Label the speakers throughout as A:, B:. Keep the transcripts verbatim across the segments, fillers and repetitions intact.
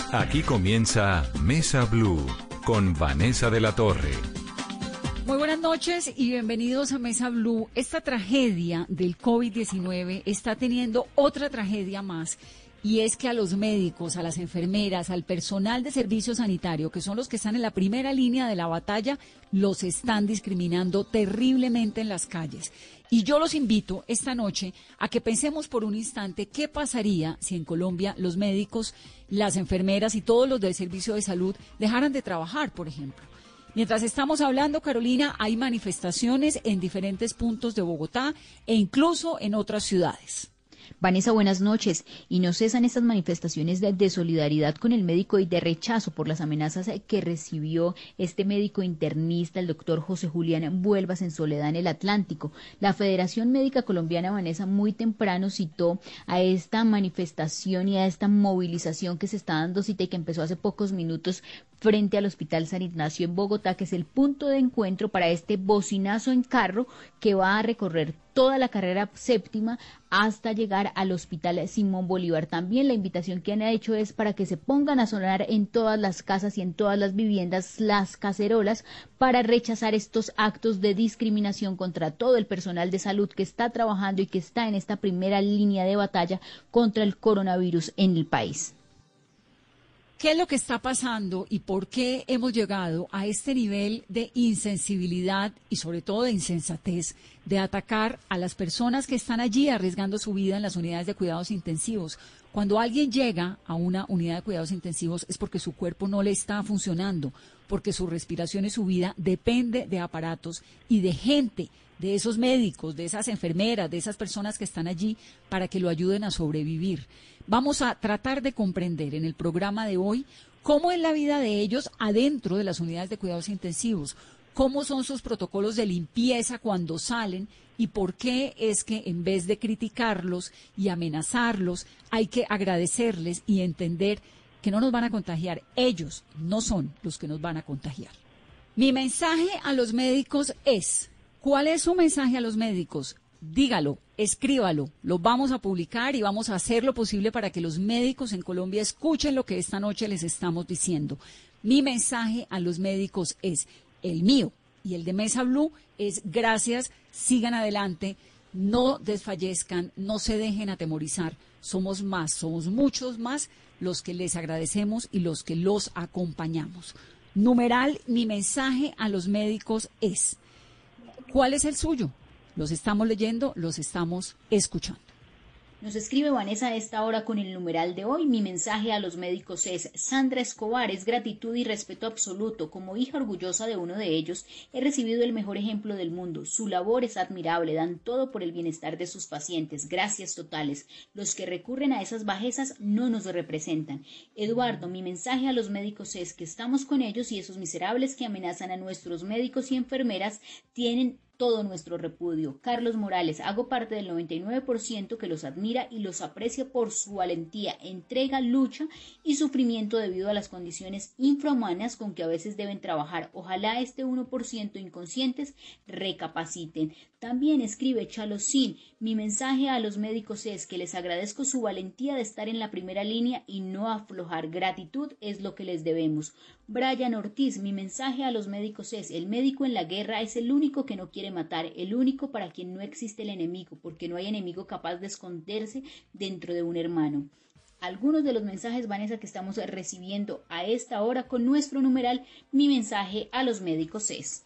A: Aquí comienza Mesa Blue con Vanessa de la Torre.
B: Muy buenas noches y bienvenidos a Mesa Blue. Esta tragedia del COVID diecinueve está teniendo otra tragedia más, y es que a los médicos, a las enfermeras, al personal de servicio sanitario, que son los que están en la primera línea de la batalla, los están discriminando terriblemente en las calles. Y yo los invito esta noche a que pensemos por un instante qué pasaría si en Colombia los médicos, las enfermeras y todos los del servicio de salud dejaran de trabajar, por ejemplo. Mientras estamos hablando, Carolina, hay manifestaciones en diferentes puntos de Bogotá e incluso en otras ciudades.
C: Vanessa, buenas noches. Y no cesan estas manifestaciones de, de solidaridad con el médico y de rechazo por las amenazas que recibió este médico internista, el doctor José Julián Vuelvas, en Soledad, en el Atlántico. La Federación Médica Colombiana, Vanessa, muy temprano citó a esta manifestación y a esta movilización que se está dando cita y que empezó hace pocos minutos frente al Hospital San Ignacio en Bogotá, que es el punto de encuentro para este bocinazo en carro que va a recorrer toda la carrera séptima hasta llegar al Hospital Simón Bolívar. También la invitación que han hecho es para que se pongan a sonar en todas las casas y en todas las viviendas las cacerolas para rechazar estos actos de discriminación contra todo el personal de salud que está trabajando y que está en esta primera línea de batalla contra el coronavirus en el país.
B: ¿Qué es lo que está pasando y por qué hemos llegado a este nivel de insensibilidad y sobre todo de insensatez de atacar a las personas que están allí arriesgando su vida en las unidades de cuidados intensivos? Cuando alguien llega a una unidad de cuidados intensivos es porque su cuerpo no le está funcionando, porque su respiración y su vida depende de aparatos y de gente, de esos médicos, de esas enfermeras, de esas personas que están allí para que lo ayuden a sobrevivir. Vamos a tratar de comprender en el programa de hoy cómo es la vida de ellos adentro de las unidades de cuidados intensivos, cómo son sus protocolos de limpieza cuando salen y por qué es que en vez de criticarlos y amenazarlos hay que agradecerles y entender que no nos van a contagiar. Ellos no son los que nos van a contagiar. Mi mensaje a los médicos es: ¿cuál es su mensaje a los médicos? Dígalo, escríbalo, lo vamos a publicar y vamos a hacer lo posible para que los médicos en Colombia escuchen lo que esta noche les estamos diciendo. Mi mensaje a los médicos es el mío y el de Mesa Blue es: gracias, sigan adelante, no desfallezcan, no se dejen atemorizar. Somos más, somos muchos más los que les agradecemos y los que los acompañamos. Numeral, mi mensaje a los médicos es: ¿cuál es el suyo? Los estamos leyendo, los estamos escuchando.
C: Nos escribe Vanessa a esta hora con el numeral de hoy. Mi mensaje a los médicos es: Sandra Escobar, es gratitud y respeto absoluto. Como hija orgullosa de uno de ellos, he recibido el mejor ejemplo del mundo. Su labor es admirable, dan todo por el bienestar de sus pacientes. Gracias totales. Los que recurren a esas bajezas no nos representan. Eduardo, mi mensaje a los médicos es que estamos con ellos y esos miserables que amenazan a nuestros médicos y enfermeras tienen todo nuestro repudio. Carlos Morales, hago parte del noventa y nueve por ciento que los admira y los aprecia por su valentía, entrega, lucha y sufrimiento debido a las condiciones infrahumanas con que a veces deben trabajar. Ojalá este uno por ciento inconscientes recapaciten. También escribe Chalosín, mi mensaje a los médicos es que les agradezco su valentía de estar en la primera línea y no aflojar. Gratitud es lo que les debemos. Brian Ortiz, mi mensaje a los médicos es: el médico en la guerra es el único que no quiere matar, el único para quien no existe el enemigo, porque no hay enemigo capaz de esconderse dentro de un hermano. Algunos de los mensajes, Vanessa, que estamos recibiendo a esta hora con nuestro numeral, mi mensaje a los médicos es.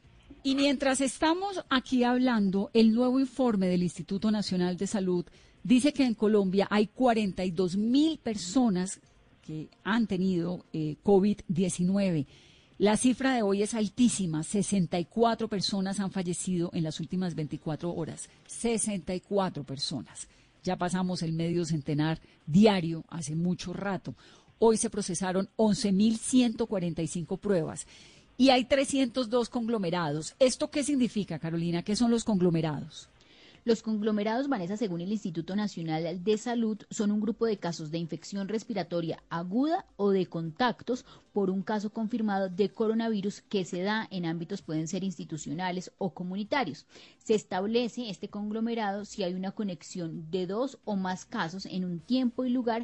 B: Y mientras estamos aquí hablando, el nuevo informe del Instituto Nacional de Salud dice que en Colombia hay cuarenta y dos mil personas que han tenido eh, COVID diecinueve. La cifra de hoy es altísima, sesenta y cuatro personas han fallecido en las últimas veinticuatro horas, sesenta y cuatro personas. Ya pasamos el medio centenar diario hace mucho rato. Hoy se procesaron once mil ciento cuarenta y cinco pruebas y hay trescientos dos conglomerados. ¿Esto qué significa, Carolina? ¿Qué son los conglomerados?
C: Los conglomerados, Vanessa, según el Instituto Nacional de Salud, son un grupo de casos de infección respiratoria aguda o de contactos por un caso confirmado de coronavirus que se da en ámbitos, pueden ser institucionales o comunitarios. Se establece este conglomerado si hay una conexión de dos o más casos en un tiempo y lugar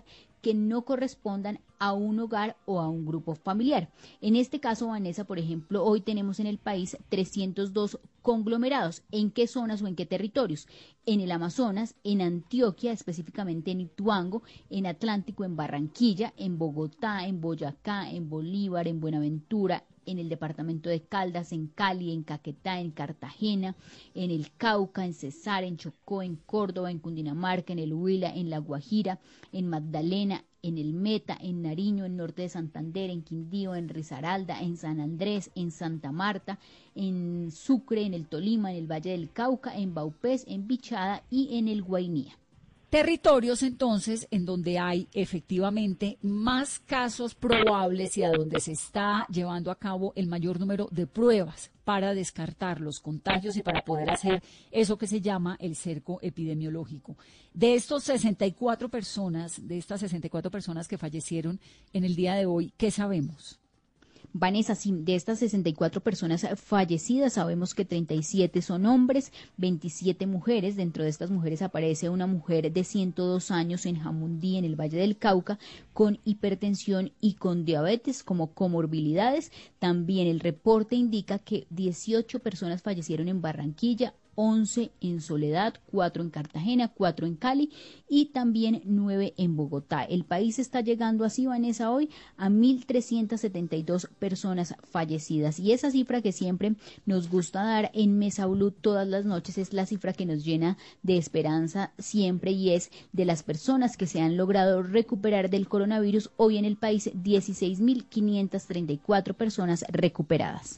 C: que no correspondan a un hogar o a un grupo familiar. En este caso, Vanessa, por ejemplo, hoy tenemos en el país trescientos dos conglomerados. ¿En qué zonas o en qué territorios? En el Amazonas, en Antioquia, específicamente en Ituango, en Atlántico, en Barranquilla, en Bogotá, en Boyacá, en Bolívar, en Buenaventura, en el departamento de Caldas, en Cali, en Caquetá, en Cartagena, en el Cauca, en Cesar, en Chocó, en Córdoba, en Cundinamarca, en el Huila, en La Guajira, en Magdalena, en el Meta, en Nariño, en Norte de Santander, en Quindío, en Risaralda, en San Andrés, en Santa Marta, en Sucre, en el Tolima, en el Valle del Cauca, en Vaupés, en Bichada y en el Guainía.
B: Territorios entonces en donde hay efectivamente más casos probables y a donde se está llevando a cabo el mayor número de pruebas para descartar los contagios y para poder hacer eso que se llama el cerco epidemiológico. De estos sesenta y cuatro personas, de estas sesenta y cuatro personas que fallecieron en el día de hoy, ¿qué sabemos?
C: Vanessa, de estas sesenta y cuatro personas fallecidas, sabemos que treinta y siete son hombres, veintisiete mujeres. Dentro de estas mujeres aparece una mujer de ciento dos años en Jamundí, en el Valle del Cauca, con hipertensión y con diabetes como comorbilidades. También el reporte indica que dieciocho personas fallecieron en Barranquilla, once en Soledad, cuatro en Cartagena, cuatro en Cali y también nueve en Bogotá. El país está llegando así, Vanessa, hoy a mil trescientas setenta y dos personas fallecidas. Y esa cifra que siempre nos gusta dar en Mesa Blue todas las noches es la cifra que nos llena de esperanza siempre, y es de las personas que se han logrado recuperar del coronavirus. Hoy en el país, dieciséis mil quinientas treinta y cuatro personas recuperadas.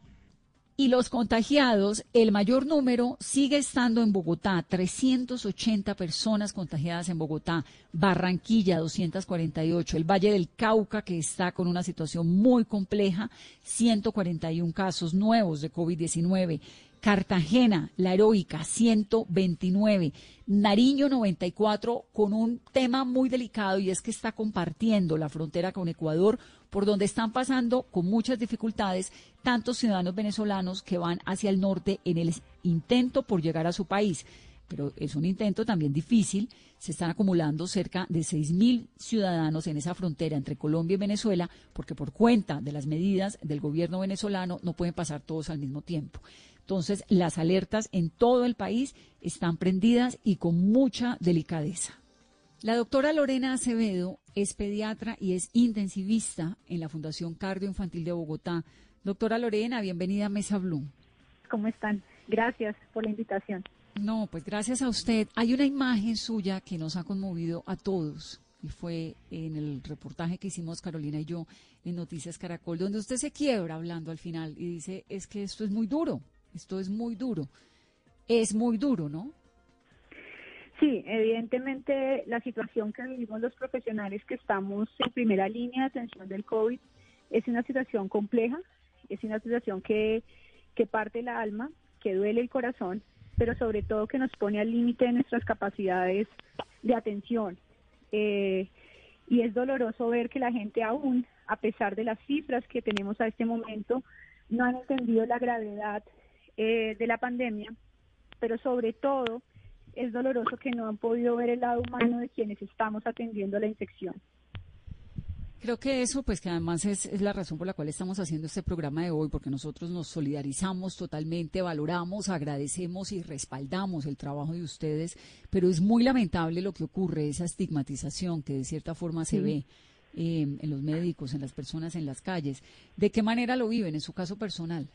B: Y los contagiados, el mayor número sigue estando en Bogotá, trescientas ochenta personas contagiadas en Bogotá, Barranquilla doscientas cuarenta y ocho, el Valle del Cauca, que está con una situación muy compleja, ciento cuarenta y uno casos nuevos de COVID diecinueve, Cartagena, La Heroica, ciento veintinueve, Nariño noventa y cuatro, con un tema muy delicado, y es que está compartiendo la frontera con Ecuador, por donde están pasando con muchas dificultades tantos ciudadanos venezolanos que van hacia el norte en el intento por llegar a su país. Pero es un intento también difícil. Se están acumulando cerca de seis mil ciudadanos en esa frontera entre Colombia y Venezuela, porque por cuenta de las medidas del gobierno venezolano no pueden pasar todos al mismo tiempo. Entonces, las alertas en todo el país están prendidas y con mucha delicadeza. La doctora Lorena Acevedo es pediatra y es intensivista en la Fundación Cardio Infantil de Bogotá. Doctora Lorena, bienvenida a Mesa Blue.
D: ¿Cómo están? Gracias por la invitación.
B: No, pues gracias a usted. Hay una imagen suya que nos ha conmovido a todos, y fue en el reportaje que hicimos Carolina y yo en Noticias Caracol, donde usted se quiebra hablando al final y dice, es que esto es muy duro, esto es muy duro. Es muy duro, ¿no?
D: Sí, evidentemente la situación que vivimos los profesionales que estamos en primera línea de atención del COVID es una situación compleja, es una situación que, que parte el alma, que duele el corazón, pero sobre todo que nos pone al límite de nuestras capacidades de atención. Eh, y es doloroso ver que la gente aún, a pesar de las cifras que tenemos a este momento, no han entendido la gravedad eh, de la pandemia, pero sobre todo es doloroso que no han podido ver el lado humano de quienes estamos atendiendo la infección.
B: Creo que eso, pues que además es, es la razón por la cual estamos haciendo este programa de hoy, porque nosotros nos solidarizamos totalmente, valoramos, agradecemos y respaldamos el trabajo de ustedes, pero es muy lamentable lo que ocurre, esa estigmatización que de cierta forma se sí. ve eh, en los médicos, en las personas en las calles. ¿De qué manera lo viven en su caso personal?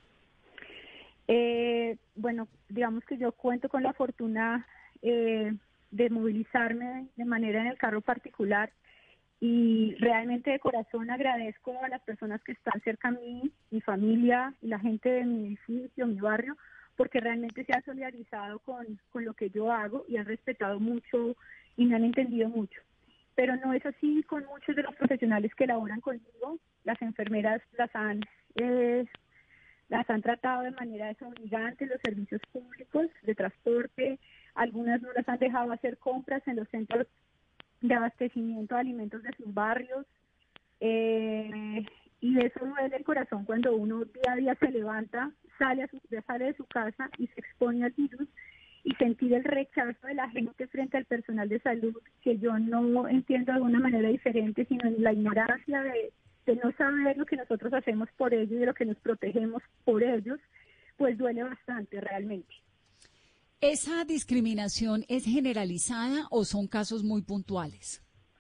D: Eh, bueno, digamos que yo cuento con la fortuna eh, de movilizarme de manera en el carro particular, y realmente de corazón agradezco a las personas que están cerca a mí, mi familia y la gente de mi edificio, mi barrio, porque realmente se han solidarizado con, con lo que yo hago y han respetado mucho y me han entendido mucho. Pero no es así con muchos de los profesionales que laboran conmigo. Las enfermeras las han... Eh, las han tratado de manera desobligante, los servicios públicos de transporte, algunas no las han dejado hacer compras en los centros de abastecimiento de alimentos de sus barrios, eh, y eso duele el corazón cuando uno día a día se levanta, sale, a su, sale de su casa y se expone al virus, y sentir el rechazo de la gente frente al personal de salud, que yo no entiendo de alguna manera diferente, sino en la ignorancia de, de no saber lo que nosotros hacemos por ellos y de lo que nos protegemos por ellos, pues duele bastante realmente.
B: ¿Esa discriminación es generalizada o son casos muy puntuales?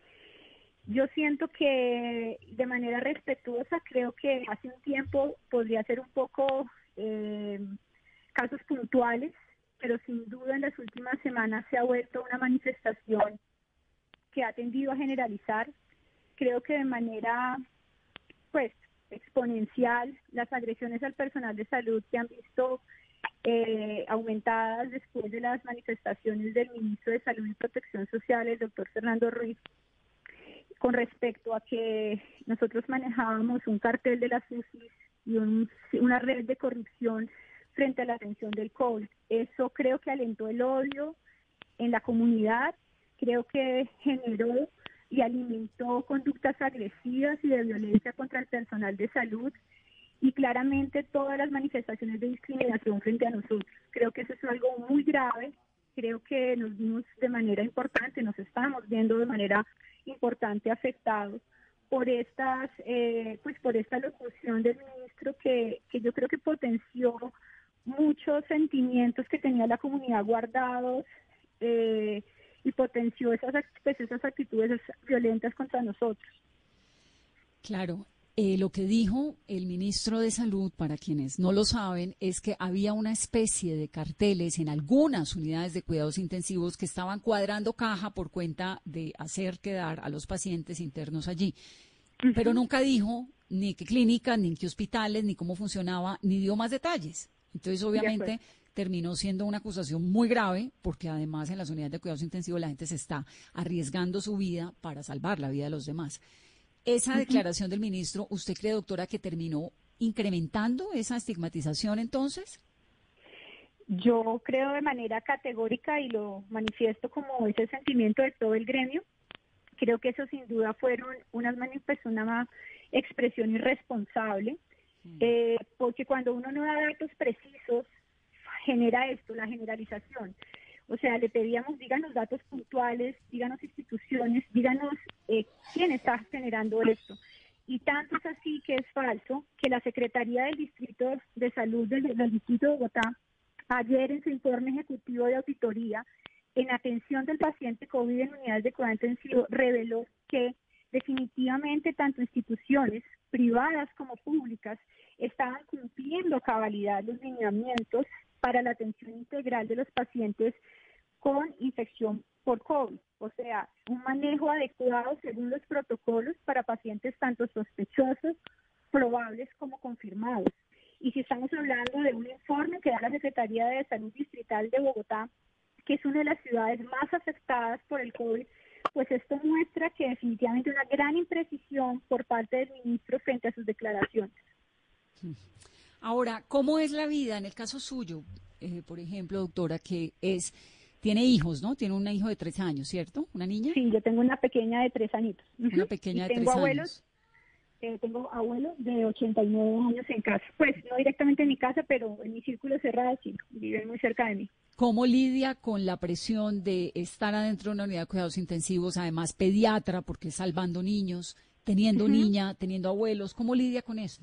D: Yo siento que de manera respetuosa, creo que hace un tiempo podría ser un poco eh, casos puntuales, pero sin duda en las últimas semanas se ha vuelto una manifestación que ha tendido a generalizar. Creo que de manera pues exponencial las agresiones al personal de salud se han visto eh, aumentadas después de las manifestaciones del ministro de Salud y Protección Social, el doctor Fernando Ruiz, con respecto a que nosotros manejábamos un cartel de las U C I y un, una red de corrupción frente a la atención del COVID. Eso creo que alentó el odio en la comunidad, creo que generó y alimentó conductas agresivas y de violencia contra el personal de salud y claramente todas las manifestaciones de discriminación frente a nosotros. Creo que eso es algo muy grave, creo que nos vimos de manera importante, nos estamos viendo de manera importante afectados por estas eh, pues por esta locución del ministro que, que yo creo que potenció muchos sentimientos que tenía la comunidad guardados eh, y potenció esas, pues, esas actitudes violentas contra nosotros.
B: Claro. Eh, lo que dijo el ministro de Salud, para quienes no lo saben, es que había una especie de carteles en algunas unidades de cuidados intensivos que estaban cuadrando caja por cuenta de hacer quedar a los pacientes internos allí. Uh-huh. Pero nunca dijo ni qué clínicas, ni qué hospitales, ni cómo funcionaba, ni dio más detalles. Entonces, obviamente, terminó siendo una acusación muy grave, porque además en las unidades de cuidados intensivos la gente se está arriesgando su vida para salvar la vida de los demás. Esa declaración del ministro, ¿usted cree, doctora, que terminó incrementando esa estigmatización entonces?
D: Yo creo de manera categórica y lo manifiesto como ese sentimiento de todo el gremio. Creo que eso sin duda fueron unas pues una expresión irresponsable, mm. eh, porque cuando uno no da datos precisos, genera esto, la generalización. O sea, le pedíamos, díganos datos puntuales, díganos instituciones, díganos eh, quién está generando esto. Y tanto es así que es falso que la Secretaría del Distrito de Salud del, del Distrito de Bogotá, ayer en su informe ejecutivo de auditoría, en atención del paciente COVID en unidades de cuidado intensivo, reveló que definitivamente tanto instituciones privadas como públicas estaban cumpliendo a cabalidad los lineamientos para la atención integral de los pacientes con infección por COVID, o sea, un manejo adecuado según los protocolos para pacientes tanto sospechosos, probables como confirmados. Y si estamos hablando de un informe que da la Secretaría de Salud Distrital de Bogotá, que es una de las ciudades más afectadas por el COVID, pues esto muestra que definitivamente una gran imprecisión por parte del ministro frente a sus declaraciones.
B: Ahora, ¿cómo es la vida en el caso suyo? Eh, por ejemplo, doctora, que es tiene hijos, ¿no? Tiene un hijo de tres años, ¿cierto? ¿Una niña?
D: Sí, yo tengo una pequeña de tres añitos.
B: Una pequeña
D: y
B: de
D: tengo
B: tres
D: abuelos,
B: años.
D: Eh, tengo abuelos de ochenta y nueve años en casa. Pues no directamente en mi casa, pero en mi círculo cerrado sí, viven muy cerca de mí.
B: ¿Cómo lidia con la presión de estar adentro de una unidad de cuidados intensivos, además pediatra, porque salvando niños, teniendo uh-huh. niña, teniendo abuelos? ¿Cómo lidia con eso?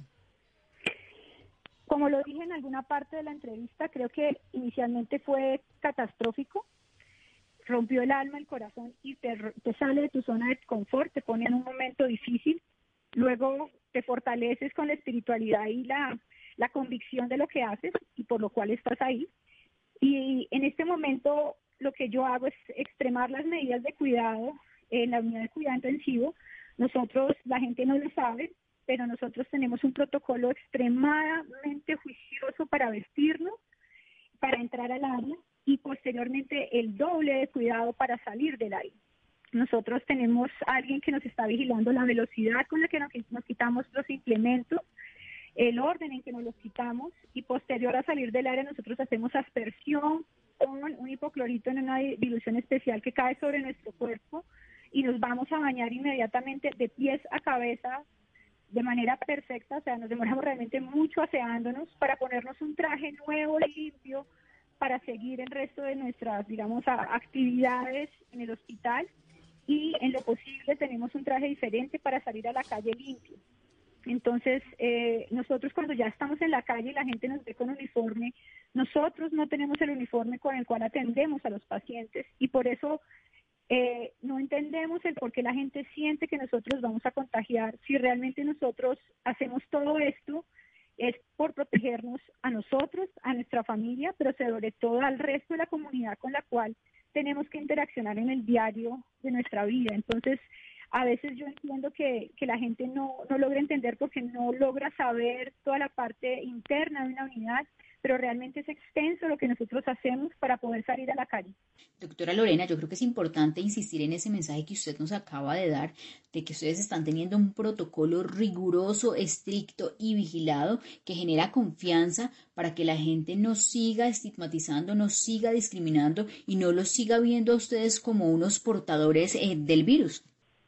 D: Como lo dije en alguna parte de la entrevista, creo que inicialmente fue catastrófico, rompió el alma, el corazón y te, te sale de tu zona de confort, te pone en un momento difícil, luego te fortaleces con la espiritualidad y la, la convicción de lo que haces y por lo cual estás ahí. Y en este momento lo que yo hago es extremar las medidas de cuidado en la unidad de cuidado intensivo. Nosotros, la gente no lo sabe, pero nosotros tenemos un protocolo extremadamente juicioso para vestirnos, para entrar al área y posteriormente el doble de cuidado para salir del área. Nosotros tenemos a alguien que nos está vigilando la velocidad con la que nos, nos quitamos los implementos, el orden en que nos los quitamos y posterior a salir del área nosotros hacemos aspersión con un hipoclorito en una dilución especial que cae sobre nuestro cuerpo y nos vamos a bañar inmediatamente de pies a cabeza de manera perfecta, o sea, nos demoramos realmente mucho aseándonos para ponernos un traje nuevo y limpio para seguir el resto de nuestras, digamos, a, actividades en el hospital, y en lo posible tenemos un traje diferente para salir a la calle limpio. Entonces, eh, nosotros cuando ya estamos en la calle y la gente nos ve con uniforme, nosotros no tenemos el uniforme con el cual atendemos a los pacientes, y por eso eh, no entendemos el por qué la gente siente que nosotros vamos a contagiar. Si realmente nosotros hacemos todo esto, es por protegernos a nosotros, a nuestra familia, pero sobre todo al resto de la comunidad con la cual tenemos que interaccionar en el diario de nuestra vida. Entonces, a veces yo entiendo que, que la gente no, no logra entender porque no logra saber toda la parte interna de una unidad, pero realmente es extenso lo que nosotros hacemos para poder salir a la calle.
C: Doctora Lorena, yo creo que es importante insistir en ese mensaje que usted nos acaba de dar, de que ustedes están teniendo un protocolo riguroso, estricto y vigilado que genera confianza para que la gente no siga estigmatizando, no siga discriminando y no los siga viendo a ustedes como unos portadores eh, del virus.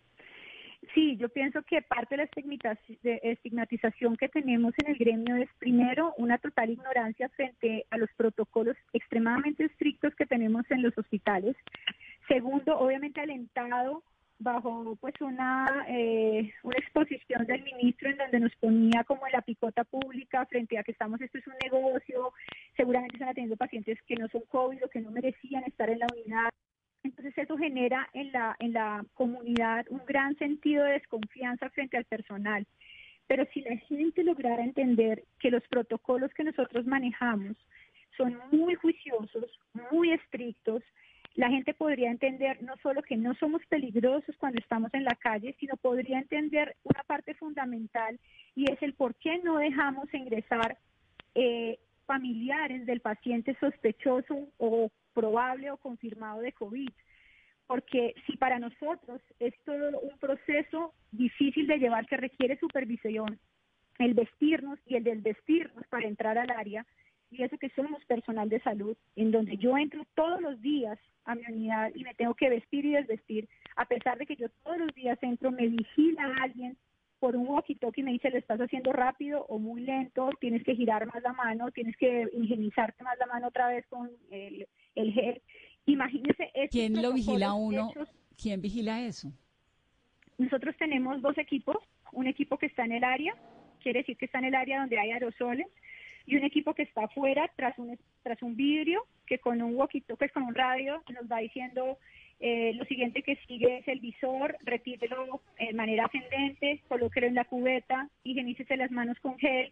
D: Sí, yo pienso que parte de la estigmatización que tenemos en el gremio es, primero, una total ignorancia frente a los protocolos extremadamente estrictos que tenemos en los hospitales. Segundo, obviamente alentado bajo pues una, eh, una exposición del ministro en donde nos ponía como en la picota pública frente a que estamos, esto es un negocio, seguramente están atendiendo pacientes que no son COVID o que no merecían estar en la unidad. Entonces eso genera en la, en la comunidad un gran sentido de desconfianza frente al personal. Pero si la gente lograra entender que los protocolos que nosotros manejamos son muy juiciosos, muy estrictos, la gente podría entender no solo que no somos peligrosos cuando estamos en la calle, sino podría entender una parte fundamental, y es el por qué no dejamos ingresar eh, familiares del paciente sospechoso o probable o confirmado de COVID, porque si para nosotros es todo un proceso difícil de llevar que requiere supervisión, el vestirnos y el desvestirnos para entrar al área, y eso que somos personal de salud, en donde yo entro todos los días a mi unidad y me tengo que vestir y desvestir, a pesar de que yo todos los días entro, me vigila a alguien por un walkie-talkie y me dice, lo estás haciendo rápido o muy lento, tienes que girar más la mano, tienes que higienizarte más la mano otra vez con el, el gel. Imagínese.
B: ¿Quién lo vigila a uno? Hechos. ¿Quién vigila eso?
D: Nosotros tenemos dos equipos, un equipo que está en el área, quiere decir que está en el área donde hay aerosoles, y un equipo que está afuera tras un, tras un vidrio, que con un walkie-talkie, con un radio, nos va diciendo eh, lo siguiente que sigue es el visor, retírelo de manera ascendente, colóquelo en la cubeta, higienícese las manos con gel,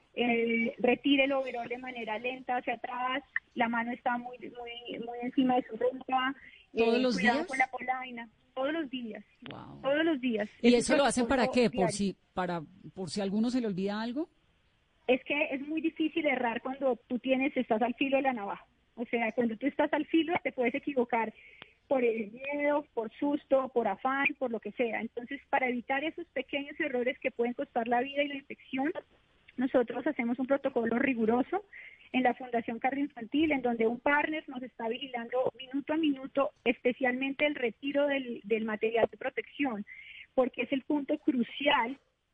D: eh, retire el overol de manera lenta hacia atrás, la mano está muy muy muy encima de su ropa,
B: ¿Todos
D: eh,
B: los
D: cuidado
B: días?
D: con la polaina, todos los días,
B: wow.
D: todos los días.
B: ¿Y
D: Ese
B: eso lo hacen para qué?
D: diario.
B: ¿Por si, para, por si a alguno se le olvida algo?
D: Es que es muy difícil errar cuando tú tienes, estás al filo de la navaja. O sea, cuando tú estás al filo te puedes equivocar por el miedo, por susto, por afán, por lo que sea. Entonces, para evitar esos pequeños errores que pueden costar la vida y la infección, nosotros hacemos un protocolo riguroso en la Fundación Cardio Infantil, en donde un partner nos está vigilando minuto a minuto, especialmente el retiro del, del material de protección, porque es el punto crucial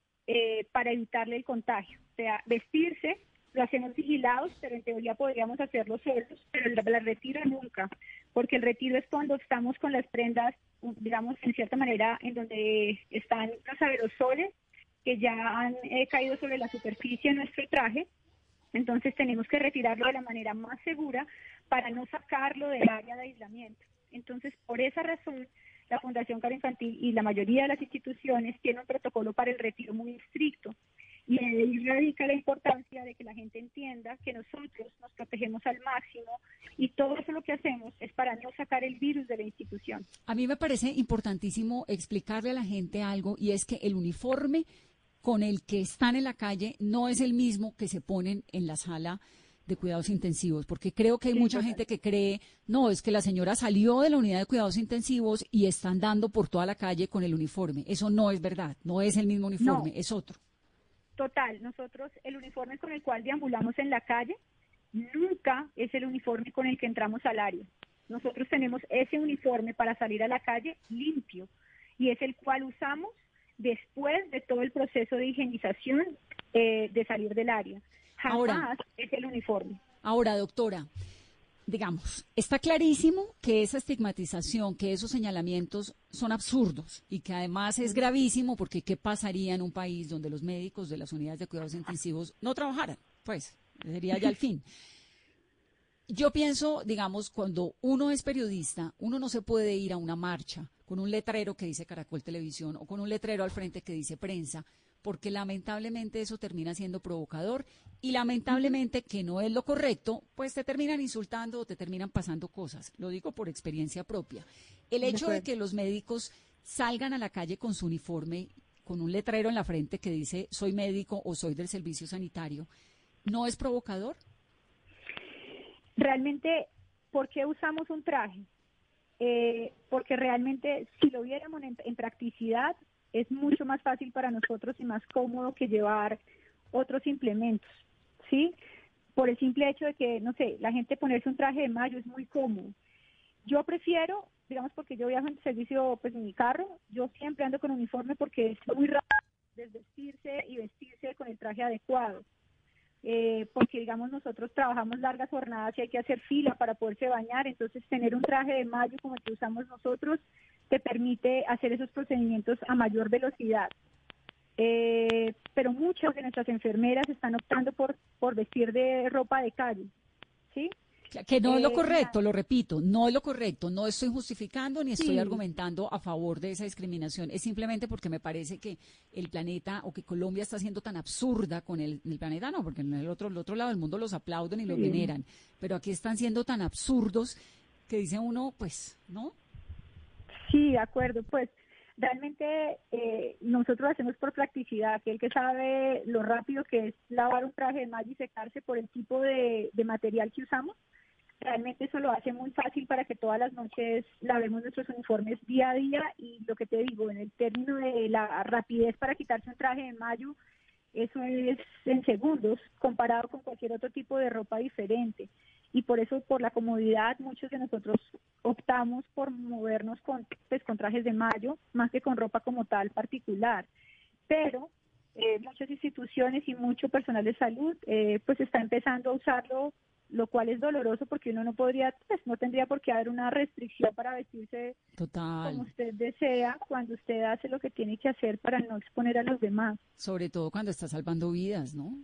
D: eh, para evitarle el contagio. O sea, vestirse, lo hacemos vigilados, pero en teoría podríamos hacerlo solos, pero el, el retiro nunca, porque el retiro es cuando estamos con las prendas, digamos, en cierta manera, en donde están los aerosoles que ya han eh, caído sobre la superficie de nuestro traje. Entonces tenemos que retirarlo de la manera más segura para no sacarlo del área de aislamiento. Entonces, por esa razón, la Fundación Cardio Infantil y la mayoría de las instituciones tienen un protocolo para el retiro muy estricto. Y ahí radica la importancia de que la gente entienda que nosotros nos protegemos al máximo y todo eso lo que hacemos es para no sacar el virus de la institución.
B: A mí me parece importantísimo explicarle a la gente algo, y es que el uniforme con el que están en la calle no es el mismo que se ponen en la sala de cuidados intensivos, porque creo que hay sí, mucha total. gente que cree, no, es que la señora salió de la unidad de cuidados intensivos y está andando por toda la calle con el uniforme. Eso no es verdad, no es el mismo uniforme, no. Es otro.
D: Total, nosotros el uniforme con el cual deambulamos en la calle nunca es el uniforme con el que entramos al área. Nosotros tenemos ese uniforme para salir a la calle limpio y es el cual usamos después de todo el proceso de higienización eh, de salir del área. Jamás ahora, es el uniforme.
B: Ahora, doctora, digamos, está clarísimo que esa estigmatización, que esos señalamientos son absurdos y que además es gravísimo porque ¿qué pasaría en un país donde los médicos de las unidades de cuidados intensivos no trabajaran? Pues sería ya el fin. Yo pienso, digamos, cuando uno es periodista, uno no se puede ir a una marcha con un letrero que dice Caracol Televisión o con un letrero al frente que dice prensa, porque lamentablemente eso termina siendo provocador y lamentablemente que no es lo correcto, pues te terminan insultando o te terminan pasando cosas. Lo digo por experiencia propia. El hecho de que los médicos salgan a la calle con su uniforme, con un letrero en la frente que dice soy médico o soy del servicio sanitario, ¿no es provocador?
D: Realmente, ¿por qué usamos un traje? Eh, porque realmente si lo viéramos en, en practicidad, es mucho más fácil para nosotros y más cómodo que llevar otros implementos, ¿sí? Por el simple hecho de que, no sé, la gente ponerse un traje de mayo es muy cómodo. Yo prefiero, digamos, porque yo viajo en servicio, pues en mi carro, yo siempre ando con uniforme porque es muy rápido desvestirse y vestirse con el traje adecuado. Eh, porque digamos nosotros trabajamos largas jornadas y hay que hacer fila para poderse bañar, entonces tener un traje de mayo como el que usamos nosotros te permite hacer esos procedimientos a mayor velocidad. Eh, pero muchas de nuestras enfermeras están optando por, por vestir de ropa de calle, ¿sí?
B: Que no es lo
D: Eh,
B: correcto, lo repito, no es lo correcto, no estoy justificando ni estoy
D: sí.
B: argumentando a favor de esa discriminación, es simplemente porque me parece que el planeta o que Colombia está siendo tan absurda con el, el planeta, no, porque en el otro, el otro lado del mundo los aplauden y los
D: Sí.
B: veneran, pero aquí están siendo tan absurdos que dice uno, pues, ¿no?
D: Sí, de acuerdo, pues realmente eh, nosotros lo hacemos por practicidad, aquel que sabe lo rápido que es lavar un traje de mayo y secarse por el tipo de, de material que usamos, realmente eso lo hace muy fácil para que todas las noches lavemos nuestros uniformes día a día y lo que te digo, en el término de la rapidez para quitarse un traje de mayo, eso es en segundos comparado con cualquier otro tipo de ropa diferente. Y por eso, por la comodidad, muchos de nosotros optamos por movernos con, pues, con trajes de mayo, más que con ropa como tal particular. Pero eh, muchas instituciones y mucho personal de salud eh, pues está empezando a usarlo, lo cual es doloroso porque uno no podría, pues no tendría por qué haber una restricción para vestirse
B: Total.
D: como usted desea cuando usted hace lo que tiene que hacer para no exponer a los demás.
B: Sobre todo cuando está salvando vidas, ¿no?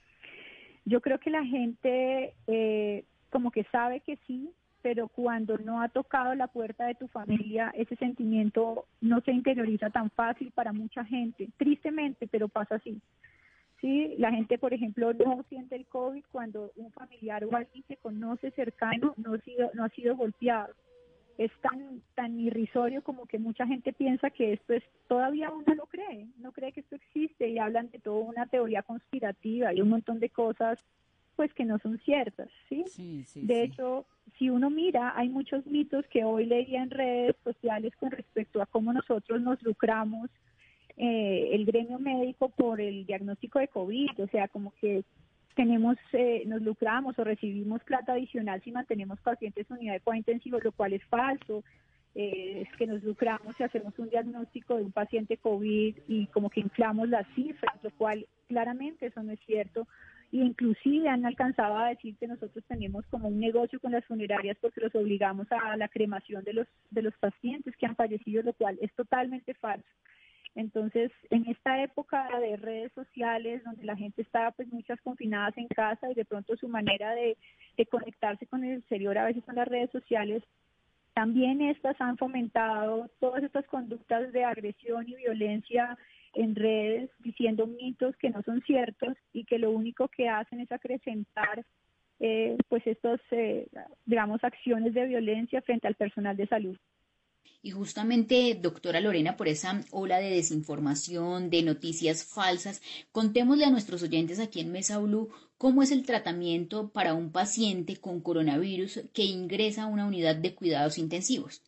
D: Yo creo que la gente eh, como que sabe que sí, pero cuando no ha tocado la puerta de tu familia, ese sentimiento no se interioriza tan fácil para mucha gente. Tristemente, pero pasa así. Sí, la gente, por ejemplo, no siente el COVID cuando un familiar o alguien que conoce cercano no ha sido, no ha sido golpeado. Es tan tan irrisorio como que mucha gente piensa que esto es, todavía uno lo cree, no cree que esto existe y hablan de toda una teoría conspirativa y un montón de cosas pues que no son ciertas, ¿sí?
B: Sí, sí,
D: De
B: sí.
D: hecho, si uno mira, hay muchos mitos que hoy leía en redes sociales con respecto a cómo nosotros nos lucramos eh, el gremio médico por el diagnóstico de COVID, o sea, como que tenemos, eh, nos lucramos o recibimos plata adicional si mantenemos pacientes en unidad de cuidado intensivo, lo cual es falso. Eh, es que nos lucramos si hacemos un diagnóstico de un paciente COVID y como que inflamos las cifras, lo cual claramente eso no es cierto. Y inclusive han alcanzado a decir que nosotros tenemos como un negocio con las funerarias porque los obligamos a la cremación de los de los pacientes que han fallecido, lo cual es totalmente falso. Entonces, en esta época de redes sociales, donde la gente está pues muchas confinadas en casa y de pronto su manera de, de conectarse con el exterior a veces son las redes sociales, también estas han fomentado todas estas conductas de agresión y violencia en redes, diciendo mitos que no son ciertos y que lo único que hacen es acrecentar eh, pues estos, eh, digamos, acciones de violencia frente al personal de salud.
C: Y justamente, doctora Lorena, por esa ola de desinformación, de noticias falsas, contémosle a nuestros oyentes aquí en Mesa Blue cómo es el tratamiento para un paciente con coronavirus que ingresa a una unidad de cuidados intensivos.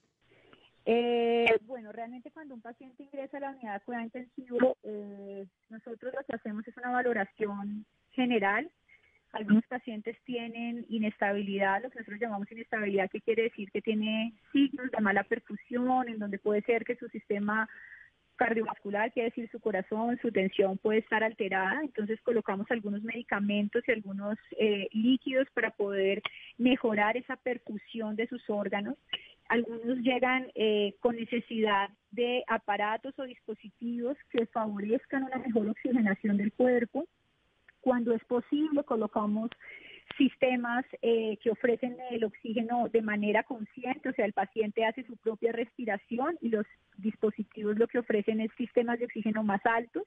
D: Eh, bueno, realmente cuando un paciente ingresa a la unidad de cuidado intensivo, eh, nosotros lo que hacemos es una valoración general. Algunos pacientes tienen inestabilidad, lo que nosotros llamamos inestabilidad, que quiere decir que tiene signos de mala perfusión, en donde puede ser que su sistema cardiovascular, quiere decir su corazón, su tensión puede estar alterada, entonces colocamos algunos medicamentos y algunos eh, líquidos para poder mejorar esa perfusión de sus órganos. Algunos llegan eh, con necesidad de aparatos o dispositivos que favorezcan una mejor oxigenación del cuerpo. Cuando es posible, colocamos sistemas eh, que ofrecen el oxígeno de manera consciente, o sea, el paciente hace su propia respiración y los dispositivos lo que ofrecen es sistemas de oxígeno más altos.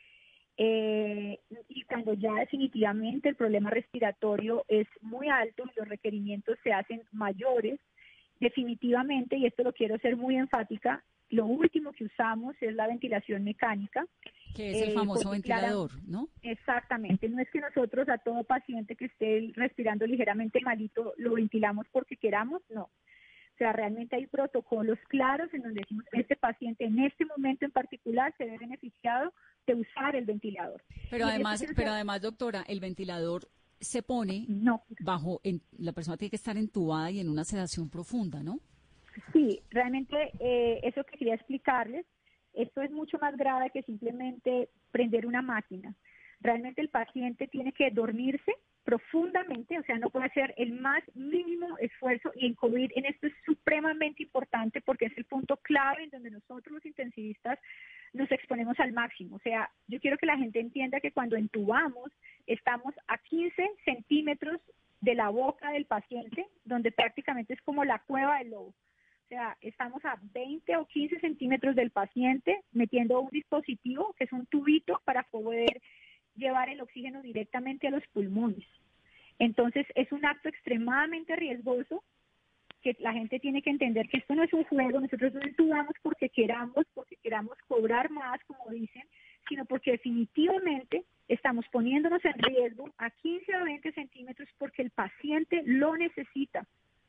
D: Eh, y cuando ya definitivamente el problema respiratorio es muy alto y los requerimientos se hacen mayores, definitivamente, y esto lo quiero ser muy enfática, lo último que usamos es la ventilación mecánica.
B: Que es el famoso eh, ventilador, clara, ¿no?
D: Exactamente. No es que nosotros a todo paciente que esté respirando ligeramente malito lo ventilamos porque queramos, no. O sea, realmente hay protocolos claros en donde decimos que este paciente en este momento en particular se ve beneficiado de usar el ventilador.
B: Pero y además, pero además, doctora, el ventilador se pone no. bajo, en, la persona tiene que estar entubada y en una sedación profunda, ¿no?
D: Sí, realmente eh, eso que quería explicarles, esto es mucho más grave que simplemente prender una máquina. Realmente el paciente tiene que dormirse profundamente, o sea, no puede hacer el más mínimo esfuerzo, y en COVID en esto es supremamente importante porque es el punto clave en donde nosotros los intensivistas nos exponemos al máximo. O sea, yo quiero que la gente entienda que cuando entubamos estamos a quince centímetros de la boca del paciente, donde prácticamente es como la cueva del lobo. O sea, estamos a veinte o quince centímetros del paciente metiendo un dispositivo que es un tubito para poder llevar el oxígeno directamente a los pulmones. Entonces, es un acto extremadamente riesgoso que la gente tiene que entender que esto no es un juego. Nosotros no entubamos porque queramos, porque queramos cobrar más, como dicen, sino porque definitivamente estamos poniéndonos en riesgo a quince o veinte centímetros porque el paciente lo necesita.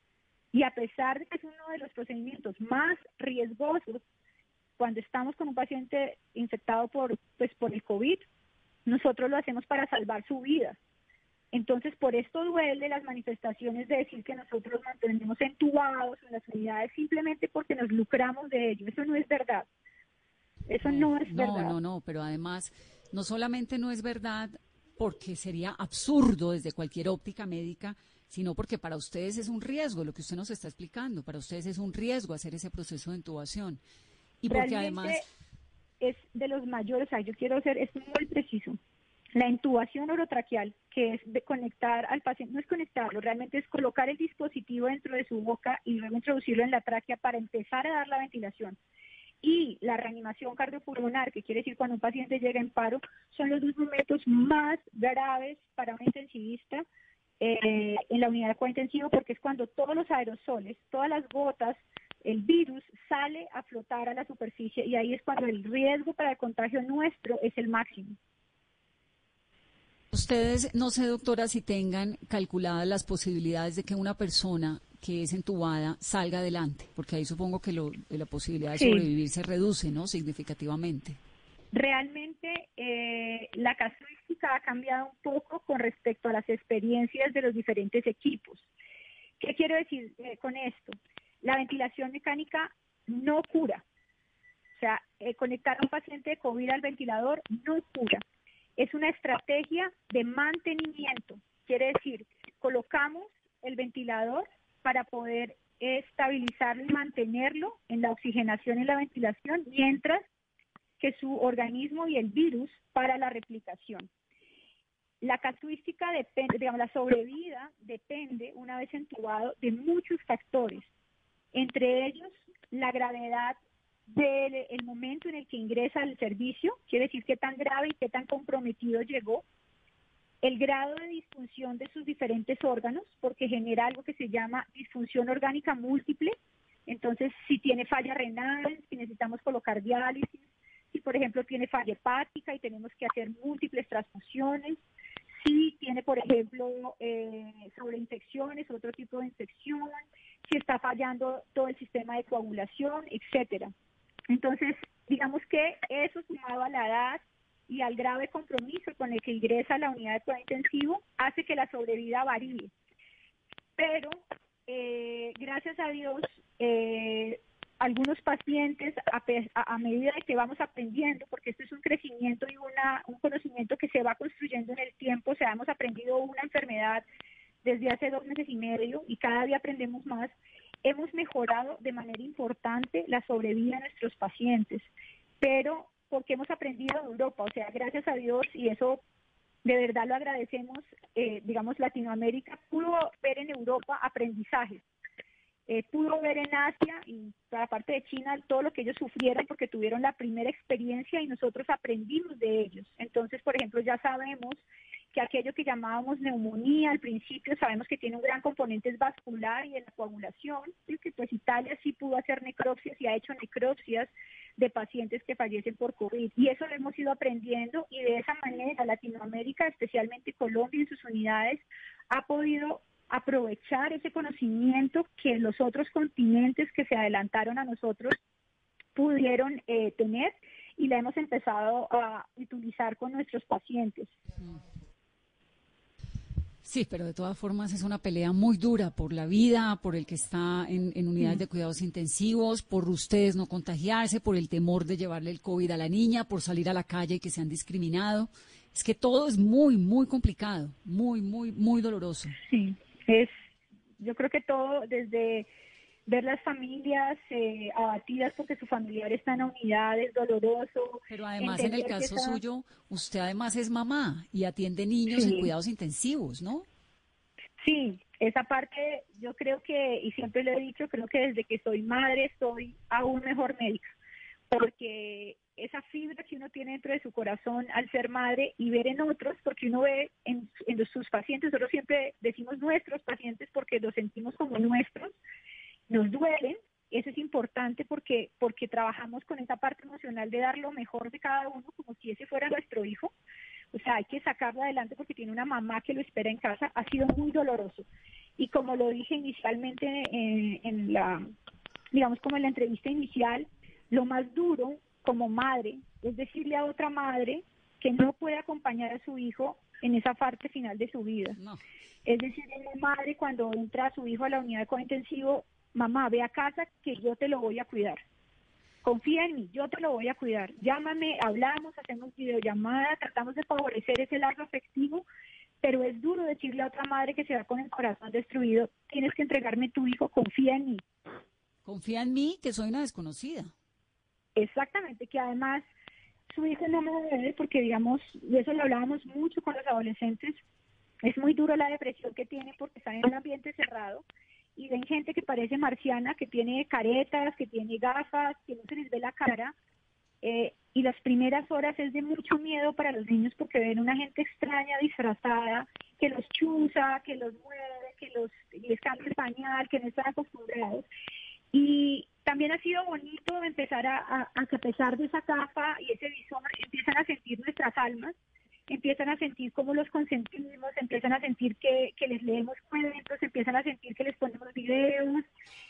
D: Y a pesar de que es uno de los procedimientos más riesgosos cuando estamos con un paciente infectado por, pues, por el COVID, nosotros lo hacemos para salvar su vida. Entonces, por esto duele las manifestaciones de decir que nosotros mantenemos entubados en las unidades simplemente porque nos lucramos de ello. Eso no es verdad. Eso no, no es
B: no,
D: verdad.
B: No, no, no, pero además, no solamente no es verdad porque sería absurdo desde cualquier óptica médica, sino porque para ustedes es un riesgo, lo que usted nos está explicando, para ustedes es un riesgo hacer ese proceso de intubación. Y porque
D: realmente
B: además
D: es de los mayores, o sea, yo quiero ser, es muy preciso. La intubación orotraqueal, que es de conectar al paciente, no es conectarlo, realmente es colocar el dispositivo dentro de su boca y luego introducirlo en la tráquea para empezar a dar la ventilación. Y la reanimación cardiopulmonar, que quiere decir cuando un paciente llega en paro, son los dos momentos más graves para un intensivista eh, en la unidad de cuidado intensivo, porque es cuando todos los aerosoles, todas las gotas, el virus sale a flotar a la superficie, y ahí es cuando el riesgo para el contagio nuestro es el máximo.
B: Ustedes, no sé, doctora, si tengan calculadas las posibilidades de que una persona que es entubada salga adelante, porque ahí supongo que lo, la posibilidad de sobrevivir sí. se reduce, ¿no?, significativamente.
D: Realmente eh, la casuística ha cambiado un poco con respecto a las experiencias de los diferentes equipos. ¿Qué quiero decir eh, con esto? La ventilación mecánica no cura. O sea, eh, conectar a un paciente de COVID al ventilador no cura. Es una estrategia de mantenimiento. Quiere decir, colocamos el ventilador para poder estabilizarlo y mantenerlo en la oxigenación y la ventilación, mientras que su organismo y el virus para la replicación. La casuística depende, digamos, la sobrevida depende, una vez entubado, de muchos factores, entre ellos la gravedad del el momento en el que ingresa al servicio, quiere decir qué tan grave y qué tan comprometido llegó, el grado de disfunción de sus diferentes órganos, porque genera algo que se llama disfunción orgánica múltiple. Entonces, si tiene falla renal, si necesitamos colocar diálisis, si por ejemplo tiene falla hepática y tenemos que hacer múltiples transfusiones, si tiene por ejemplo eh, sobreinfecciones, otro tipo de infección, si está fallando todo el sistema de coagulación, etcétera. Entonces, digamos que eso sumado a la edad y al grave compromiso con el que ingresa a la unidad de cuidado intensivo hace que la sobrevida varíe. Pero, eh, gracias a Dios, eh, algunos pacientes, a, a, a medida de que vamos aprendiendo, porque esto es un crecimiento y una, un conocimiento que se va construyendo en el tiempo, o sea, hemos aprendido una enfermedad desde hace dos meses y medio y cada día aprendemos más, hemos mejorado de manera importante la sobrevida de nuestros pacientes, pero porque hemos aprendido de Europa, o sea, gracias a Dios, y eso de verdad lo agradecemos, eh, digamos, Latinoamérica pudo ver en Europa aprendizajes, eh, pudo ver en Asia y para la parte de China todo lo que ellos sufrieron porque tuvieron la primera experiencia y nosotros aprendimos de ellos. Entonces, por ejemplo, ya sabemos que aquello que llamábamos neumonía al principio sabemos que tiene un gran componente vascular y de la coagulación, y que pues Italia sí pudo hacer necropsias y ha hecho necropsias de pacientes que fallecen por COVID, y eso lo hemos ido aprendiendo, y de esa manera Latinoamérica, especialmente Colombia y sus unidades, ha podido aprovechar ese conocimiento que los otros continentes que se adelantaron a nosotros pudieron eh, tener, y la hemos empezado a utilizar con nuestros pacientes.
B: Sí, pero de todas formas es una pelea muy dura por la vida, por el que está en, en unidades de cuidados intensivos, por ustedes no contagiarse, por el temor de llevarle el COVID a la niña, por salir a la calle y que se han discriminado. Es que todo es muy, muy complicado, muy, muy, muy doloroso.
D: Sí, es, yo creo que todo desde ver las familias eh, abatidas porque su familiar está en la unidad es doloroso.
B: Pero además en el caso esa... suyo, usted además es mamá y atiende niños
D: sí.
B: en cuidados intensivos, ¿no?
D: Sí, esa parte yo creo que, y siempre lo he dicho, creo que desde que soy madre soy aún mejor médica, porque esa fibra que uno tiene dentro de su corazón al ser madre y ver en otros, porque uno ve en, en los, sus pacientes, nosotros siempre decimos nuestros pacientes porque los sentimos como nuestros, nos duelen, eso es importante porque porque trabajamos con esa parte emocional de dar lo mejor de cada uno como si ese fuera nuestro hijo, o sea, hay que sacarlo adelante porque tiene una mamá que lo espera en casa, ha sido muy doloroso, y como lo dije inicialmente en, en la, digamos como en la entrevista inicial, lo más duro como madre es decirle a otra madre que no puede acompañar a su hijo en esa parte final de su vida, no. Es decirle a una madre cuando entra a su hijo a la unidad de cuidado intensivo, mamá, ve a casa que yo te lo voy a cuidar. Confía en mí, yo te lo voy a cuidar. Llámame, hablamos, hacemos videollamada, tratamos de favorecer ese lazo afectivo, pero es duro decirle a otra madre que se va con el corazón destruido, tienes que entregarme tu hijo, confía en mí.
B: Confía en mí, que soy una desconocida.
D: Exactamente, que además su hijo no me debe, porque digamos, de eso lo hablábamos mucho con los adolescentes, es muy duro la depresión que tienen porque están en un ambiente cerrado, y ven gente que parece marciana, que tiene caretas, que tiene gafas, que no se les ve la cara, eh, y las primeras horas es de mucho miedo para los niños porque ven una gente extraña, disfrazada, que los chuza, que los mueve, que los les cambia el pañal, que no están acostumbrados. Y también ha sido bonito empezar a, a, a que a pesar de esa capa y ese visor, empiezan a sentir nuestras almas, empiezan a sentir cómo los consentimos, empiezan a sentir que, que les leemos cuentos, empiezan a sentir que les ponemos videos,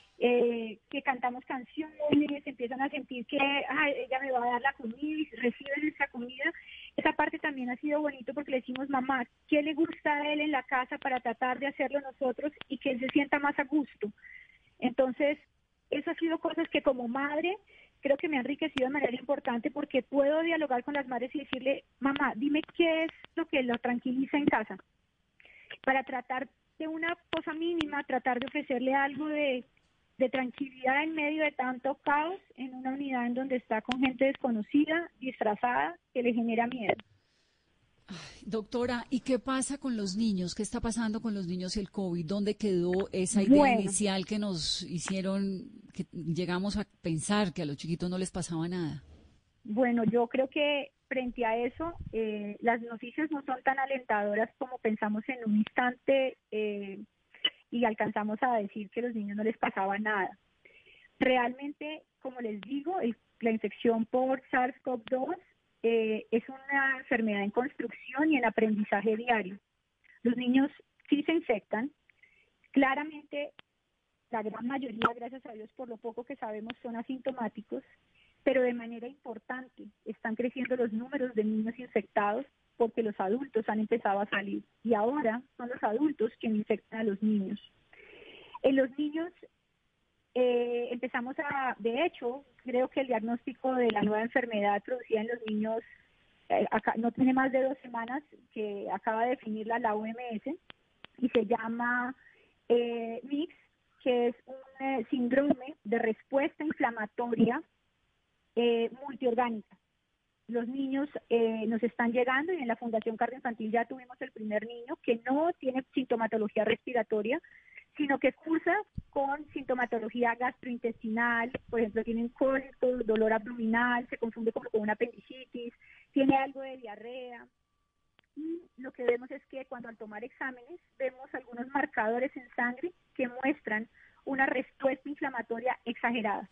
D: eh, que cantamos canciones, empiezan a sentir que ay, ella me va a dar la comida y reciben esa comida. Esa parte también ha sido bonito porque le decimos, mamá, ¿qué le gusta a él en la casa para tratar de hacerlo nosotros y que él se sienta más a gusto? Entonces, eso ha sido cosas que como madre creo que me ha enriquecido de manera importante porque puedo dialogar con las madres y decirle, mamá, dime qué es lo que lo tranquiliza en casa, para tratar de una cosa mínima, tratar de ofrecerle algo de, de tranquilidad en medio de tanto caos en una unidad en donde está con gente desconocida, disfrazada, que le genera miedo.
B: Ay, doctora, ¿y qué pasa con los niños? ¿Qué está pasando con los niños y el COVID? ¿Dónde quedó esa idea bueno. inicial que nos hicieron, que llegamos a pensar que a los chiquitos no les pasaba nada?
D: Bueno, yo creo que frente a eso, eh, las noticias no son tan alentadoras como pensamos en un instante eh, y alcanzamos a decir que a los niños no les pasaba nada. Realmente, como les digo, el, la infección por SARS-CoV dos Eh, es una enfermedad en construcción y en aprendizaje diario. Los niños sí se infectan, claramente la gran mayoría, gracias a Dios, por lo poco que sabemos, son asintomáticos, pero de manera importante están creciendo los números de niños infectados porque los adultos han empezado a salir y ahora son los adultos quienes infectan a los niños. En los niños eh, empezamos a, de hecho, creo que el diagnóstico de la nueva enfermedad producida en los niños eh, acá, no tiene más de dos semanas, que acaba de definirla la O M S, y se llama eh, M I X, que es un eh, síndrome de respuesta inflamatoria eh, multiorgánica. Los niños eh, nos están llegando, y en la Fundación Cardioinfantil ya tuvimos el primer niño que no tiene sintomatología respiratoria, sino que cursa con sintomatología gastrointestinal. Por ejemplo, tienen cólico, dolor abdominal, se confunde como con una apendicitis, tiene algo de diarrea. Y lo que vemos es que cuando al tomar exámenes vemos algunos marcadores en sangre que muestran una respuesta inflamatoria exagerada.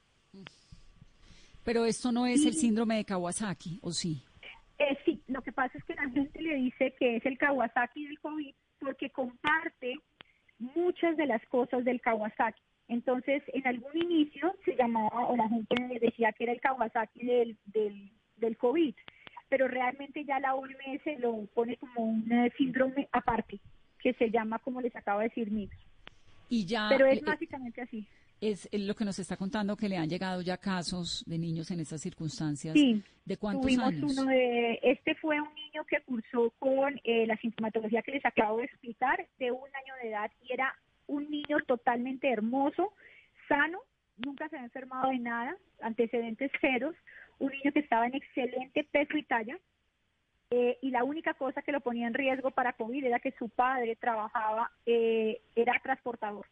B: Pero esto no es el síndrome de Kawasaki, ¿o sí?
D: Eh, sí, lo que pasa es que la gente le dice que es el Kawasaki del COVID porque comparte muchas de las cosas del Kawasaki. Entonces, en algún inicio se llamaba, o la gente decía que era el Kawasaki del, del, del COVID, pero realmente ya la O M S lo pone como un eh, síndrome aparte, que se llama, como les acabo de decir, M I X.
B: Y ya,
D: pero es
B: eh,
D: básicamente así.
B: Es lo que nos está contando, que le han llegado ya casos de niños en estas circunstancias.
D: Sí,
B: ¿de cuántos
D: tuvimos
B: años?
D: uno de, este fue un niño que cursó con eh, la sintomatología que les acabo de explicar, de un año de edad, y era un niño totalmente hermoso, sano, nunca se había enfermado de nada, antecedentes ceros, un niño que estaba en excelente peso y talla, eh, y la única cosa que lo ponía en riesgo para COVID era que su padre trabajaba, eh, era transportador.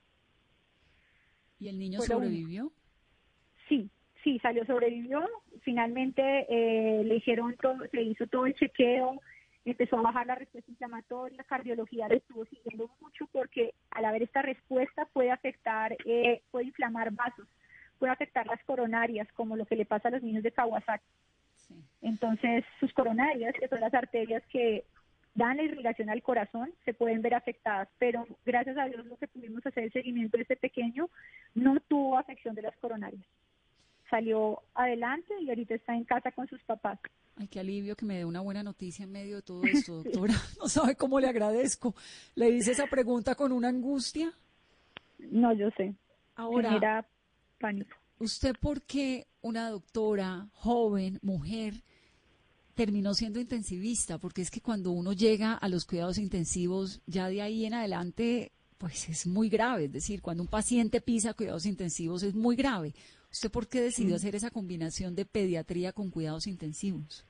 B: ¿Y el niño
D: Fue
B: sobrevivió?
D: Sí, sí, salió, sobrevivió. Finalmente eh, le hicieron todo, se hizo todo el chequeo, empezó a bajar la respuesta inflamatoria, la cardiología le estuvo siguiendo mucho porque al haber esta respuesta puede afectar, eh, puede inflamar vasos, puede afectar las coronarias, como lo que le pasa a los niños de Kawasaki. Sí. Entonces, sus coronarias, que son las arterias que dan la irrigación al corazón, se pueden ver afectadas, pero gracias a Dios lo que pudimos hacer el seguimiento de este pequeño no tuvo afección de las coronarias. Salió adelante y ahorita está en casa con sus papás.
B: Ay, qué alivio que me dé una buena noticia en medio de todo esto, doctora. No sabe cómo le agradezco. ¿Le hice esa pregunta con una angustia?
D: No, yo sé.
B: Ahora,
D: genera pánico.
B: ¿Usted por qué, una doctora, joven, mujer, terminó siendo intensivista? Porque es que cuando uno llega a los cuidados intensivos, ya de ahí en adelante, pues es muy grave. Es decir, cuando un paciente pisa cuidados intensivos es muy grave. ¿Usted por qué decidió hacer esa combinación de pediatría con cuidados intensivos?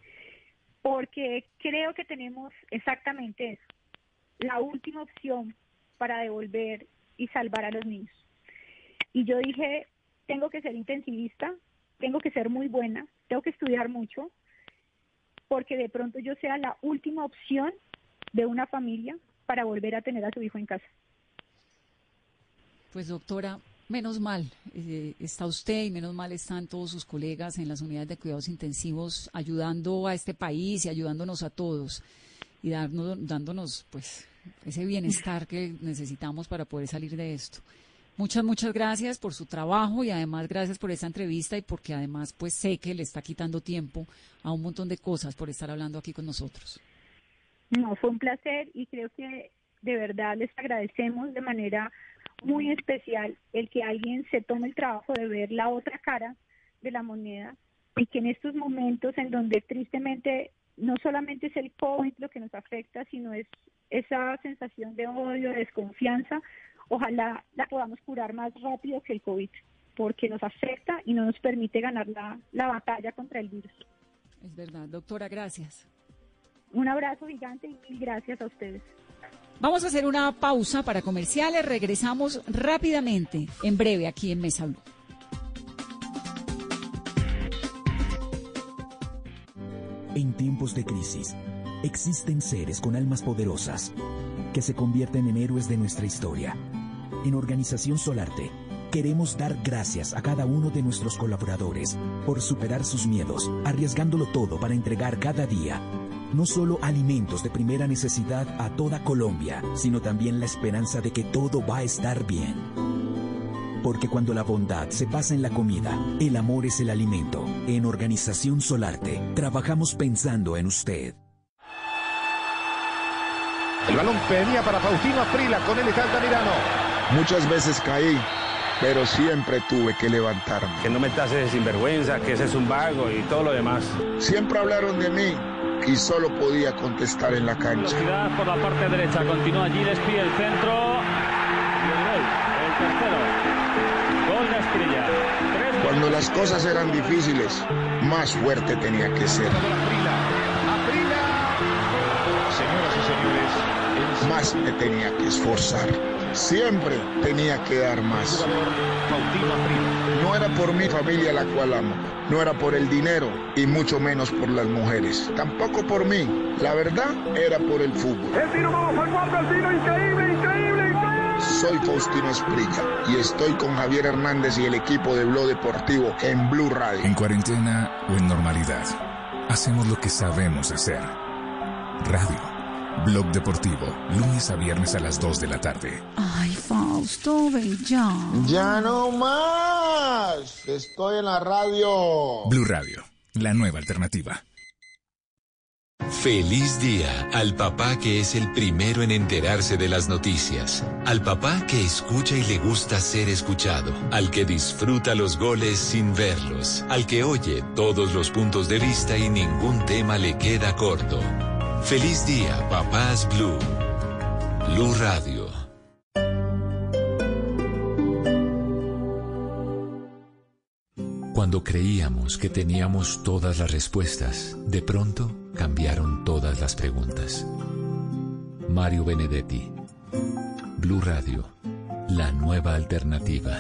D: Porque creo que tenemos exactamente eso, la última opción para devolver y salvar a los niños. Y yo dije, tengo que ser intensivista, tengo que ser muy buena, tengo que estudiar mucho, porque de pronto yo sea la última opción de una familia para volver a tener a su hijo en casa.
B: Pues doctora, menos mal eh, está usted y menos mal están todos sus colegas en las unidades de cuidados intensivos ayudando a este país y ayudándonos a todos y darnos, dándonos pues ese bienestar que necesitamos para poder salir de esto. Muchas, muchas gracias por su trabajo y además gracias por esta entrevista y porque además pues sé que le está quitando tiempo a un montón de cosas por estar hablando aquí con nosotros.
D: No, fue un placer y creo que de verdad les agradecemos de manera muy especial el que alguien se tome el trabajo de ver la otra cara de la moneda y que en estos momentos en donde tristemente no solamente es el COVID lo que nos afecta, sino es esa sensación de odio, de desconfianza, ojalá la podamos curar más rápido que el COVID, porque nos afecta y no nos permite ganar la, la batalla contra el virus.
B: Es verdad, doctora, gracias.
D: Un abrazo gigante y mil gracias a ustedes.
B: Vamos a hacer una pausa para comerciales, regresamos rápidamente, en breve, aquí en Mesa Blue.
E: En tiempos de crisis, existen seres con almas poderosas que se convierten en héroes de nuestra historia. En Organización Solarte, queremos dar gracias a cada uno de nuestros colaboradores por superar sus miedos, arriesgándolo todo para entregar cada día no solo alimentos de primera necesidad a toda Colombia, sino también la esperanza de que todo va a estar bien. Porque cuando la bondad se pasa en la comida, el amor es el alimento. En Organización Solarte, trabajamos pensando en usted.
F: El balón venía para Faustino Aprila, con él está Altamirano.
G: Muchas veces caí
F: pero siempre tuve que levantarme.
G: Que no me tases de sinvergüenza, que ese es un vago y todo lo demás.
F: Siempre hablaron de mí y solo podía contestar en la cancha.
H: Velocidad por la parte derecha, continúa allí, despide el centro. Y el gol, el tercero. Gol de Asprilla.
F: Cuando las cosas eran difíciles, más fuerte tenía que ser.
I: Señoras y señores,
F: más me tenía que esforzar. Siempre tenía que dar más. No era por mi familia la cual amo, no era por el dinero y mucho menos por las mujeres. Tampoco por mí, la verdad era por el fútbol.
J: El tiro, vamos al cuarto, el tiro, increíble, increíble, increíble.
F: Soy Faustino Esprilla y estoy con Javier Hernández y el equipo de Blog Deportivo en Blue Radio.
A: En cuarentena o en normalidad, hacemos lo que sabemos hacer. Radio. Blog Deportivo, lunes a viernes a las dos de la tarde.
B: Ay, Fausto, ven ya.
F: Ya no más. Estoy en la radio.
A: Blue Radio, la nueva alternativa.
K: Feliz día al papá que es el primero en enterarse de las noticias, al papá que escucha y le gusta ser escuchado, al que disfruta los goles sin verlos, al que oye todos los puntos de vista y ningún tema le queda corto. Feliz día, Papás Blue. Blue Radio. Cuando creíamos que teníamos todas las respuestas, de pronto cambiaron todas las preguntas. Mario Benedetti. Blue Radio, la nueva alternativa.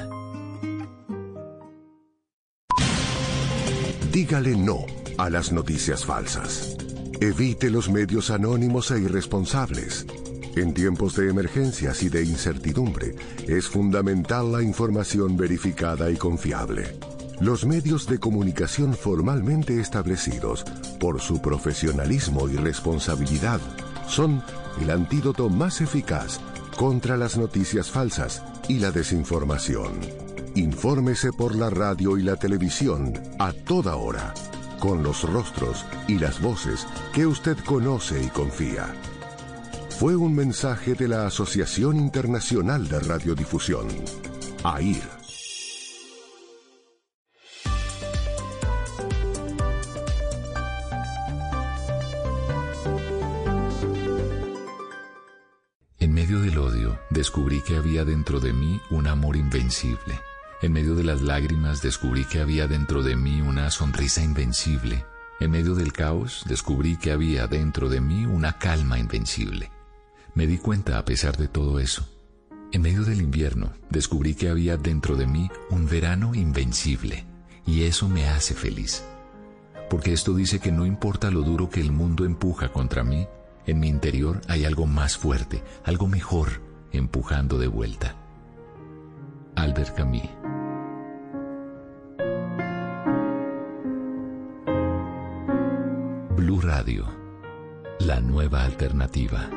L: Dígale no a las noticias falsas. Evite los medios anónimos e irresponsables. En tiempos de emergencias y de incertidumbre, es fundamental la información verificada y confiable. Los medios de comunicación formalmente establecidos, por su profesionalismo y responsabilidad, son el antídoto más eficaz contra las noticias falsas y la desinformación. Infórmese por la radio y la televisión a toda hora, con los rostros y las voces que usted conoce y confía. Fue un mensaje de la Asociación Internacional de Radiodifusión, A I R.
K: En medio del odio, descubrí que había dentro de mí un amor invencible. En medio de las lágrimas descubrí que había dentro de mí una sonrisa invencible. En medio del caos descubrí que había dentro de mí una calma invencible. Me di cuenta a pesar de todo eso. En medio del invierno descubrí que había dentro de mí un verano invencible. Y eso me hace feliz. Porque esto dice que no importa lo duro que el mundo empuja contra mí, en mi interior hay algo más fuerte, algo mejor, empujando de vuelta. Albert Camus. Blue Radio, la nueva alternativa.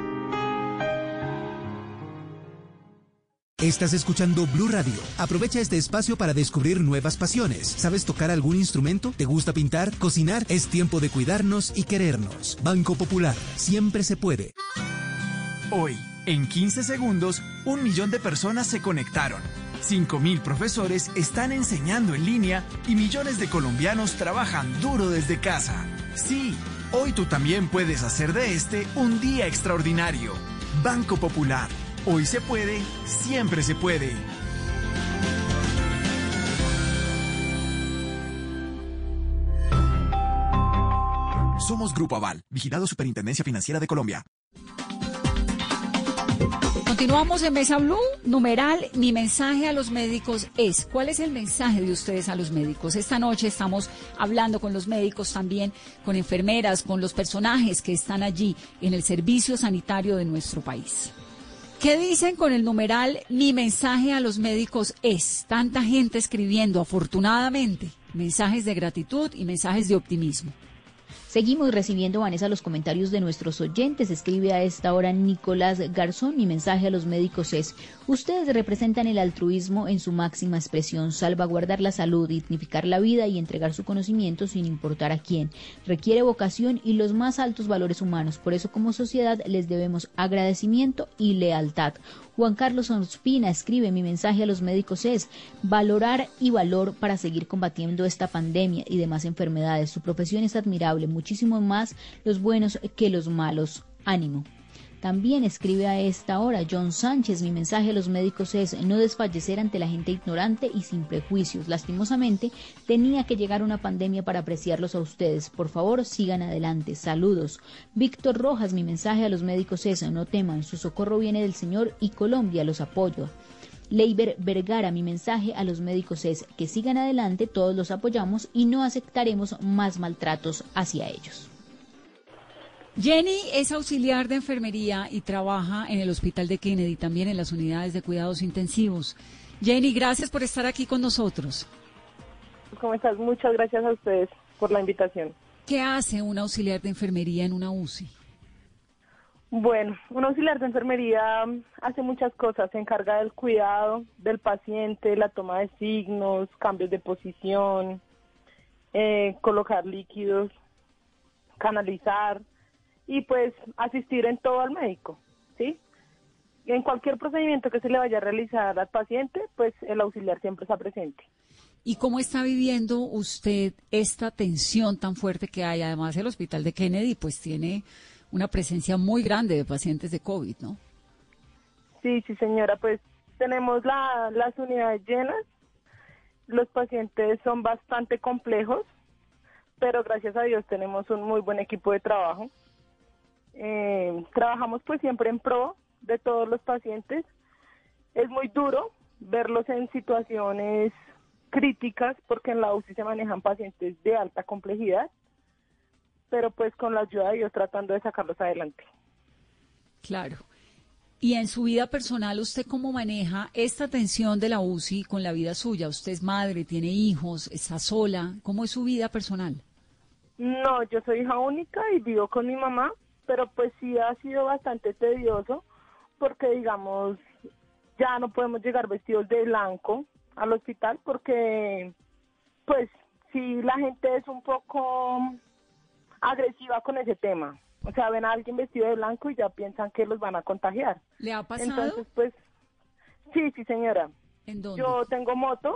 M: Estás escuchando Blue Radio. Aprovecha este espacio para descubrir nuevas pasiones. ¿Sabes tocar algún instrumento? ¿Te gusta pintar? ¿Cocinar? Es tiempo de cuidarnos y querernos. Banco Popular. Siempre se puede.
N: Hoy, en quince segundos, un millón de personas se conectaron. cinco mil profesores están enseñando en línea y millones de colombianos trabajan duro desde casa. Sí, hoy tú también puedes hacer de este un día extraordinario. Banco Popular. Hoy se puede, siempre se puede. Somos Grupo Aval, vigilado Superintendencia Financiera de Colombia.
B: Continuamos en Mesa Blue, numeral, mi mensaje a los médicos es, ¿cuál es el mensaje de ustedes a los médicos? Esta noche estamos hablando con los médicos también, con enfermeras, con los personajes que están allí en el servicio sanitario de nuestro país. ¿Qué dicen con el numeral, mi mensaje a los médicos es? Tanta gente escribiendo, afortunadamente, mensajes de gratitud y mensajes de optimismo.
C: Seguimos recibiendo, Vanessa, los comentarios de nuestros oyentes. Escribe a esta hora Nicolás Garzón. Mi mensaje a los médicos es: ustedes representan el altruismo en su máxima expresión, salvaguardar la salud, dignificar la vida y entregar su conocimiento sin importar a quién. Requiere vocación y los más altos valores humanos. Por eso, como sociedad, les debemos agradecimiento y lealtad. Juan Carlos Ospina escribe: mi mensaje a los médicos es valorar y valor para seguir combatiendo esta pandemia y demás enfermedades. Su profesión es admirable, muchísimo más los buenos que los malos. Ánimo. También escribe a esta hora John Sánchez: mi mensaje a los médicos es no desfallecer ante la gente ignorante y sin prejuicios. Lastimosamente, tenía que llegar una pandemia para apreciarlos a ustedes. Por favor, sigan adelante. Saludos. Víctor Rojas: mi mensaje a los médicos es no teman, su socorro viene del Señor y Colombia los apoya. Leiber Vergara: mi mensaje a los médicos es que sigan adelante, todos los apoyamos y no aceptaremos más maltratos hacia ellos.
B: Jenny es auxiliar de enfermería y trabaja en el Hospital de Kennedy, también en las unidades de cuidados intensivos. Jenny, gracias por estar aquí con nosotros.
O: ¿Cómo estás? Muchas gracias a ustedes por la invitación.
B: ¿Qué hace un auxiliar de enfermería en una U C I?
O: Bueno, un auxiliar de enfermería hace muchas cosas. Se encarga del cuidado del paciente, la toma de signos, cambios de posición, eh, colocar líquidos, canalizar y pues asistir en todo al médico, ¿sí? En cualquier procedimiento que se le vaya a realizar al paciente, pues el auxiliar siempre está presente.
B: ¿Y cómo está viviendo usted esta tensión tan fuerte que hay? Además, el Hospital de Kennedy pues tiene una presencia muy grande de pacientes de COVID, ¿no?
O: Sí, sí, señora, pues tenemos la, las unidades llenas, los pacientes son bastante complejos, pero gracias a Dios tenemos un muy buen equipo de trabajo. Eh, trabajamos pues siempre en pro de todos los pacientes. Es muy duro verlos en situaciones críticas porque en la U C I se manejan pacientes de alta complejidad, pero pues con la ayuda de Dios tratando de sacarlos adelante.
B: Claro. Y en su vida personal, ¿usted cómo maneja esta tensión de la U C I con la vida suya? Usted es madre, tiene hijos, está sola. ¿Cómo es su vida personal?
O: No, yo soy hija única y vivo con mi mamá, pero pues sí ha sido bastante tedioso porque, digamos, ya no podemos llegar vestidos de blanco al hospital porque, pues, si la gente es un poco agresiva con ese tema. O sea, ven a alguien vestido de blanco y ya piensan que los van a contagiar.
B: ¿Le ha pasado?
O: Entonces, pues, sí, sí, señora.
B: ¿En dónde?
O: Yo tengo moto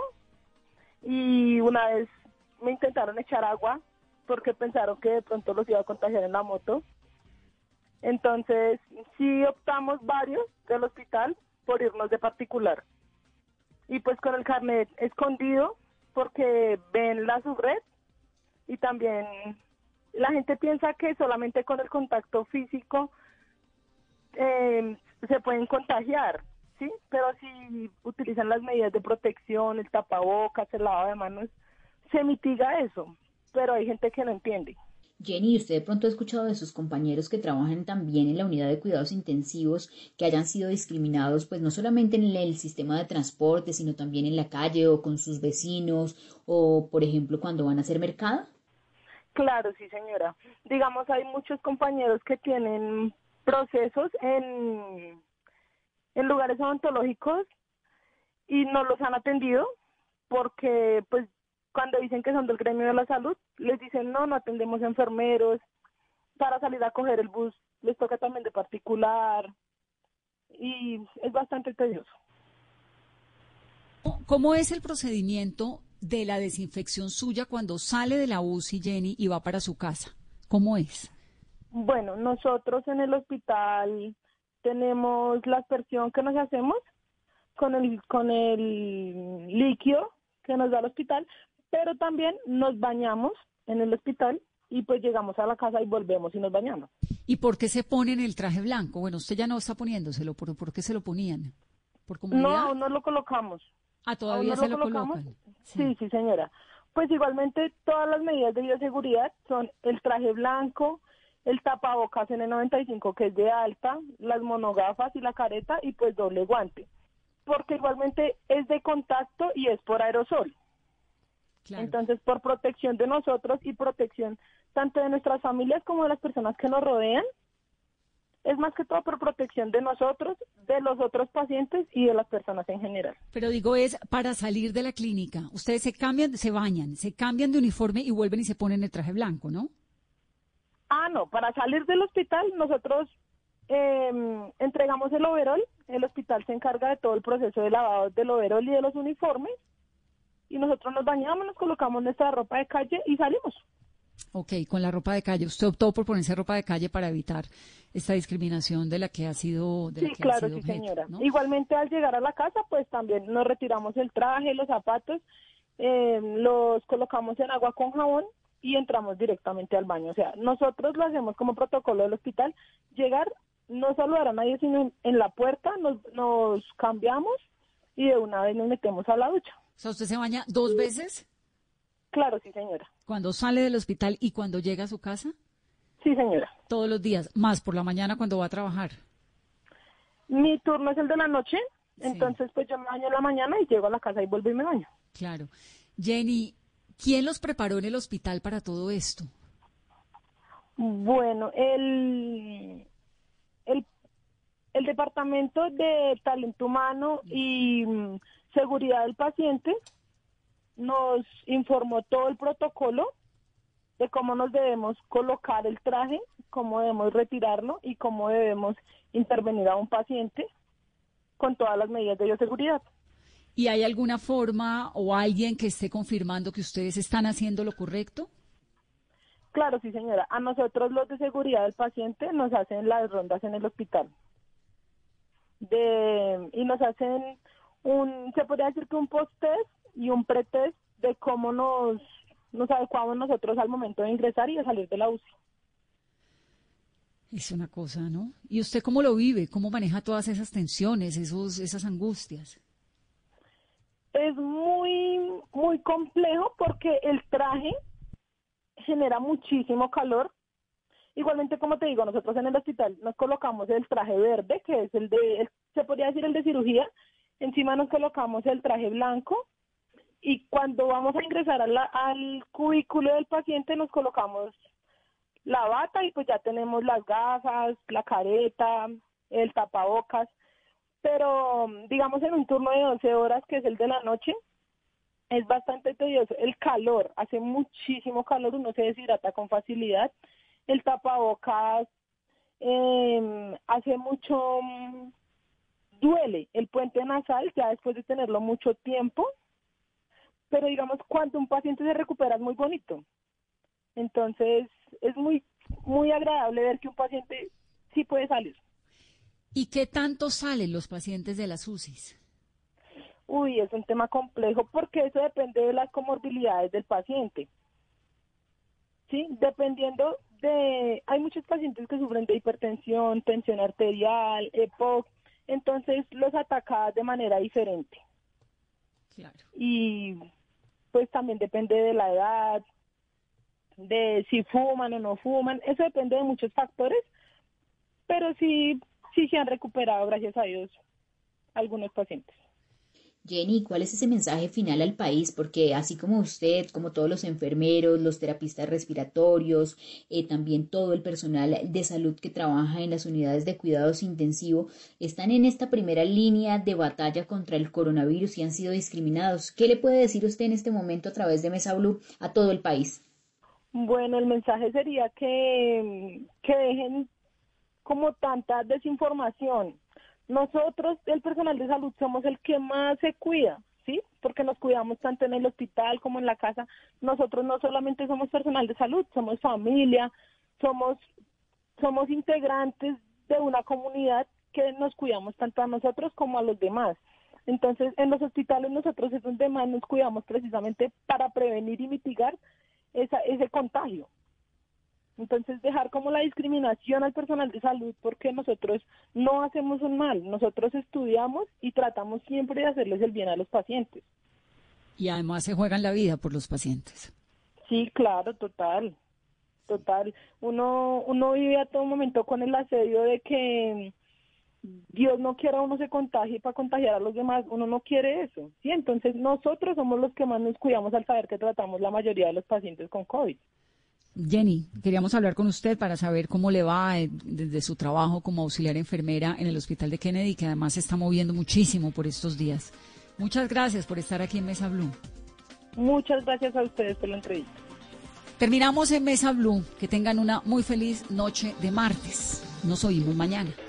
O: y una vez me intentaron echar agua porque pensaron que de pronto los iba a contagiar en la moto. Entonces, sí optamos varios del hospital por irnos de particular. Y pues con el carnet escondido porque ven la subred y también la gente piensa que solamente con el contacto físico eh, se pueden contagiar, ¿sí? Pero si utilizan las medidas de protección, el tapabocas, el lavado de manos, se mitiga eso, pero hay gente que no entiende.
C: Jenny, ¿usted de pronto ha escuchado de sus compañeros que trabajan también en la unidad de cuidados intensivos que hayan sido discriminados, pues no solamente en el sistema de transporte, sino también en la calle o con sus vecinos o, por ejemplo, cuando van a hacer mercado?
O: Claro, sí, señora. Digamos, hay muchos compañeros que tienen procesos en, en lugares odontológicos y no los han atendido porque, pues, cuando dicen que son del gremio de la salud, les dicen, no, no atendemos enfermeros. Para salir a coger el bus les toca también de particular y es bastante tedioso.
B: ¿Cómo es el procedimiento de la desinfección suya cuando sale de la U C I, Jenny, y va para su casa? ¿Cómo es?
O: Bueno, nosotros en el hospital tenemos la aspersión que nos hacemos con el, con el líquido que nos da el hospital, pero también nos bañamos en el hospital y pues llegamos a la casa y volvemos y nos bañamos.
B: ¿Y por qué se ponen el traje blanco? Bueno, usted ya no está poniéndoselo, ¿por, por qué se lo ponían? ¿Por comodidad?
O: No, no lo colocamos.
B: Ah, ¿todavía se lo, lo colocan?
O: Sí. sí, sí, señora. Pues igualmente todas las medidas de bioseguridad son el traje blanco, el tapabocas N noventa y cinco que es de alta, las monogafas y la careta y pues doble guante. Porque igualmente es de contacto y es por aerosol. Claro. Entonces, por protección de nosotros y protección tanto de nuestras familias como de las personas que nos rodean, es más que todo por protección de nosotros, de los otros pacientes y de las personas en general.
B: Pero digo, es para salir de la clínica. Ustedes se cambian, se bañan, se cambian de uniforme y vuelven y se ponen el traje blanco, ¿no?
O: Ah, no, para salir del hospital nosotros eh, entregamos el overol, el hospital se encarga de todo el proceso de lavado del overol y de los uniformes, y nosotros nos bañamos, nos colocamos nuestra ropa de calle y salimos.
B: Ok, con la ropa de calle. ¿Usted optó por ponerse ropa de calle para evitar esta discriminación de la que ha sido de
O: Sí,
B: la que
O: claro,
B: ha sido
O: sí,
B: objeto,
O: señora.
B: ¿no?
O: Igualmente, al llegar a la casa, pues también nos retiramos el traje, los zapatos, eh, los colocamos en agua con jabón y entramos directamente al baño. O sea, nosotros lo hacemos como protocolo del hospital. Llegar, no saludar a nadie, sino en la puerta, nos, nos cambiamos y de una vez nos metemos a la ducha.
B: O sea, ¿usted se baña dos veces?
O: Claro, sí, señora.
B: ¿Cuando sale del hospital y cuando llega a su casa?
O: Sí, señora.
B: Todos los días, más por la mañana cuando va a trabajar.
O: Mi turno es el de la noche, sí. Entonces pues yo me baño en la mañana y llego a la casa y vuelvo y me baño.
B: Claro. Jenny, ¿quién los preparó en el hospital para todo esto?
O: Bueno, el, el, el Departamento de Talento Humano y mm, Seguridad del Paciente nos informó todo el protocolo de cómo nos debemos colocar el traje, cómo debemos retirarlo y cómo debemos intervenir a un paciente con todas las medidas de bioseguridad.
B: ¿Y hay alguna forma o alguien que esté confirmando que ustedes están haciendo lo correcto?
O: Claro, sí, señora. A nosotros los de seguridad del paciente nos hacen las rondas en el hospital. De, y nos hacen un, se podría decir que un post-test y un pretest de cómo nos, nos adecuamos nosotros al momento de ingresar y de salir de la U C I.
B: Es una cosa, ¿no? ¿Y usted cómo lo vive? ¿Cómo maneja todas esas tensiones, esos, esas angustias?
O: Es muy, muy complejo porque el traje genera muchísimo calor. Igualmente, como te digo, nosotros en el hospital nos colocamos el traje verde, que es el de, el, se podría decir el de cirugía. Encima nos colocamos el traje blanco y cuando vamos a ingresar a la, al cubículo del paciente nos colocamos la bata y pues ya tenemos las gafas, la careta, el tapabocas. Pero digamos en un turno de doce horas, que es el de la noche, es bastante tedioso. El calor, hace muchísimo calor, uno se deshidrata con facilidad. El tapabocas eh, hace mucho, duele el puente nasal ya después de tenerlo mucho tiempo, pero digamos cuando un paciente se recupera es muy bonito. Entonces es muy, muy agradable ver que un paciente sí puede salir.
B: ¿Y qué tanto salen los pacientes de las U C Is?
O: Uy, es un tema complejo porque eso depende de las comorbilidades del paciente. Sí, dependiendo de... Hay muchos pacientes que sufren de hipertensión, tensión arterial, E P O C, entonces los ataca de manera diferente.
B: Claro. Y
O: pues también depende de la edad, de si fuman o no fuman, eso depende de muchos factores, pero sí, sí se han recuperado, gracias a Dios, algunos pacientes.
C: Jenny, ¿cuál es ese mensaje final al país? Porque así como usted, como todos los enfermeros, los terapistas respiratorios, eh, también todo el personal de salud que trabaja en las unidades de cuidados intensivos, están en esta primera línea de batalla contra el coronavirus y han sido discriminados. ¿Qué le puede decir usted en este momento a través de Mesa Blue a todo el país?
O: Bueno, el mensaje sería que, que dejen como tanta desinformación. Nosotros, el personal de salud, somos el que más se cuida, ¿sí? Porque nos cuidamos tanto en el hospital como en la casa. Nosotros no solamente somos personal de salud, somos familia, somos, somos integrantes de una comunidad que nos cuidamos tanto a nosotros como a los demás. Entonces, en los hospitales nosotros es donde más nos cuidamos precisamente para prevenir y mitigar esa, ese contagio. Entonces, dejar como la discriminación al personal de salud, porque nosotros no hacemos un mal, nosotros estudiamos y tratamos siempre de hacerles el bien a los pacientes.
B: Y además se juegan la vida por los pacientes.
O: Sí, claro, total, total. Uno, uno vive a todo momento con el asedio de que Dios no quiera uno se contagie para contagiar a los demás, uno no quiere eso, ¿sí? Entonces, nosotros somos los que más nos cuidamos al saber que tratamos la mayoría de los pacientes con COVID.
B: Jenny, queríamos hablar con usted para saber cómo le va eh, desde su trabajo como auxiliar enfermera en el Hospital de Kennedy, que además se está moviendo muchísimo por estos días. Muchas gracias por estar aquí en Mesa Blue.
O: Muchas gracias a ustedes por la entrevista.
B: Terminamos en Mesa Blue. Que tengan una muy feliz noche de martes. Nos oímos mañana.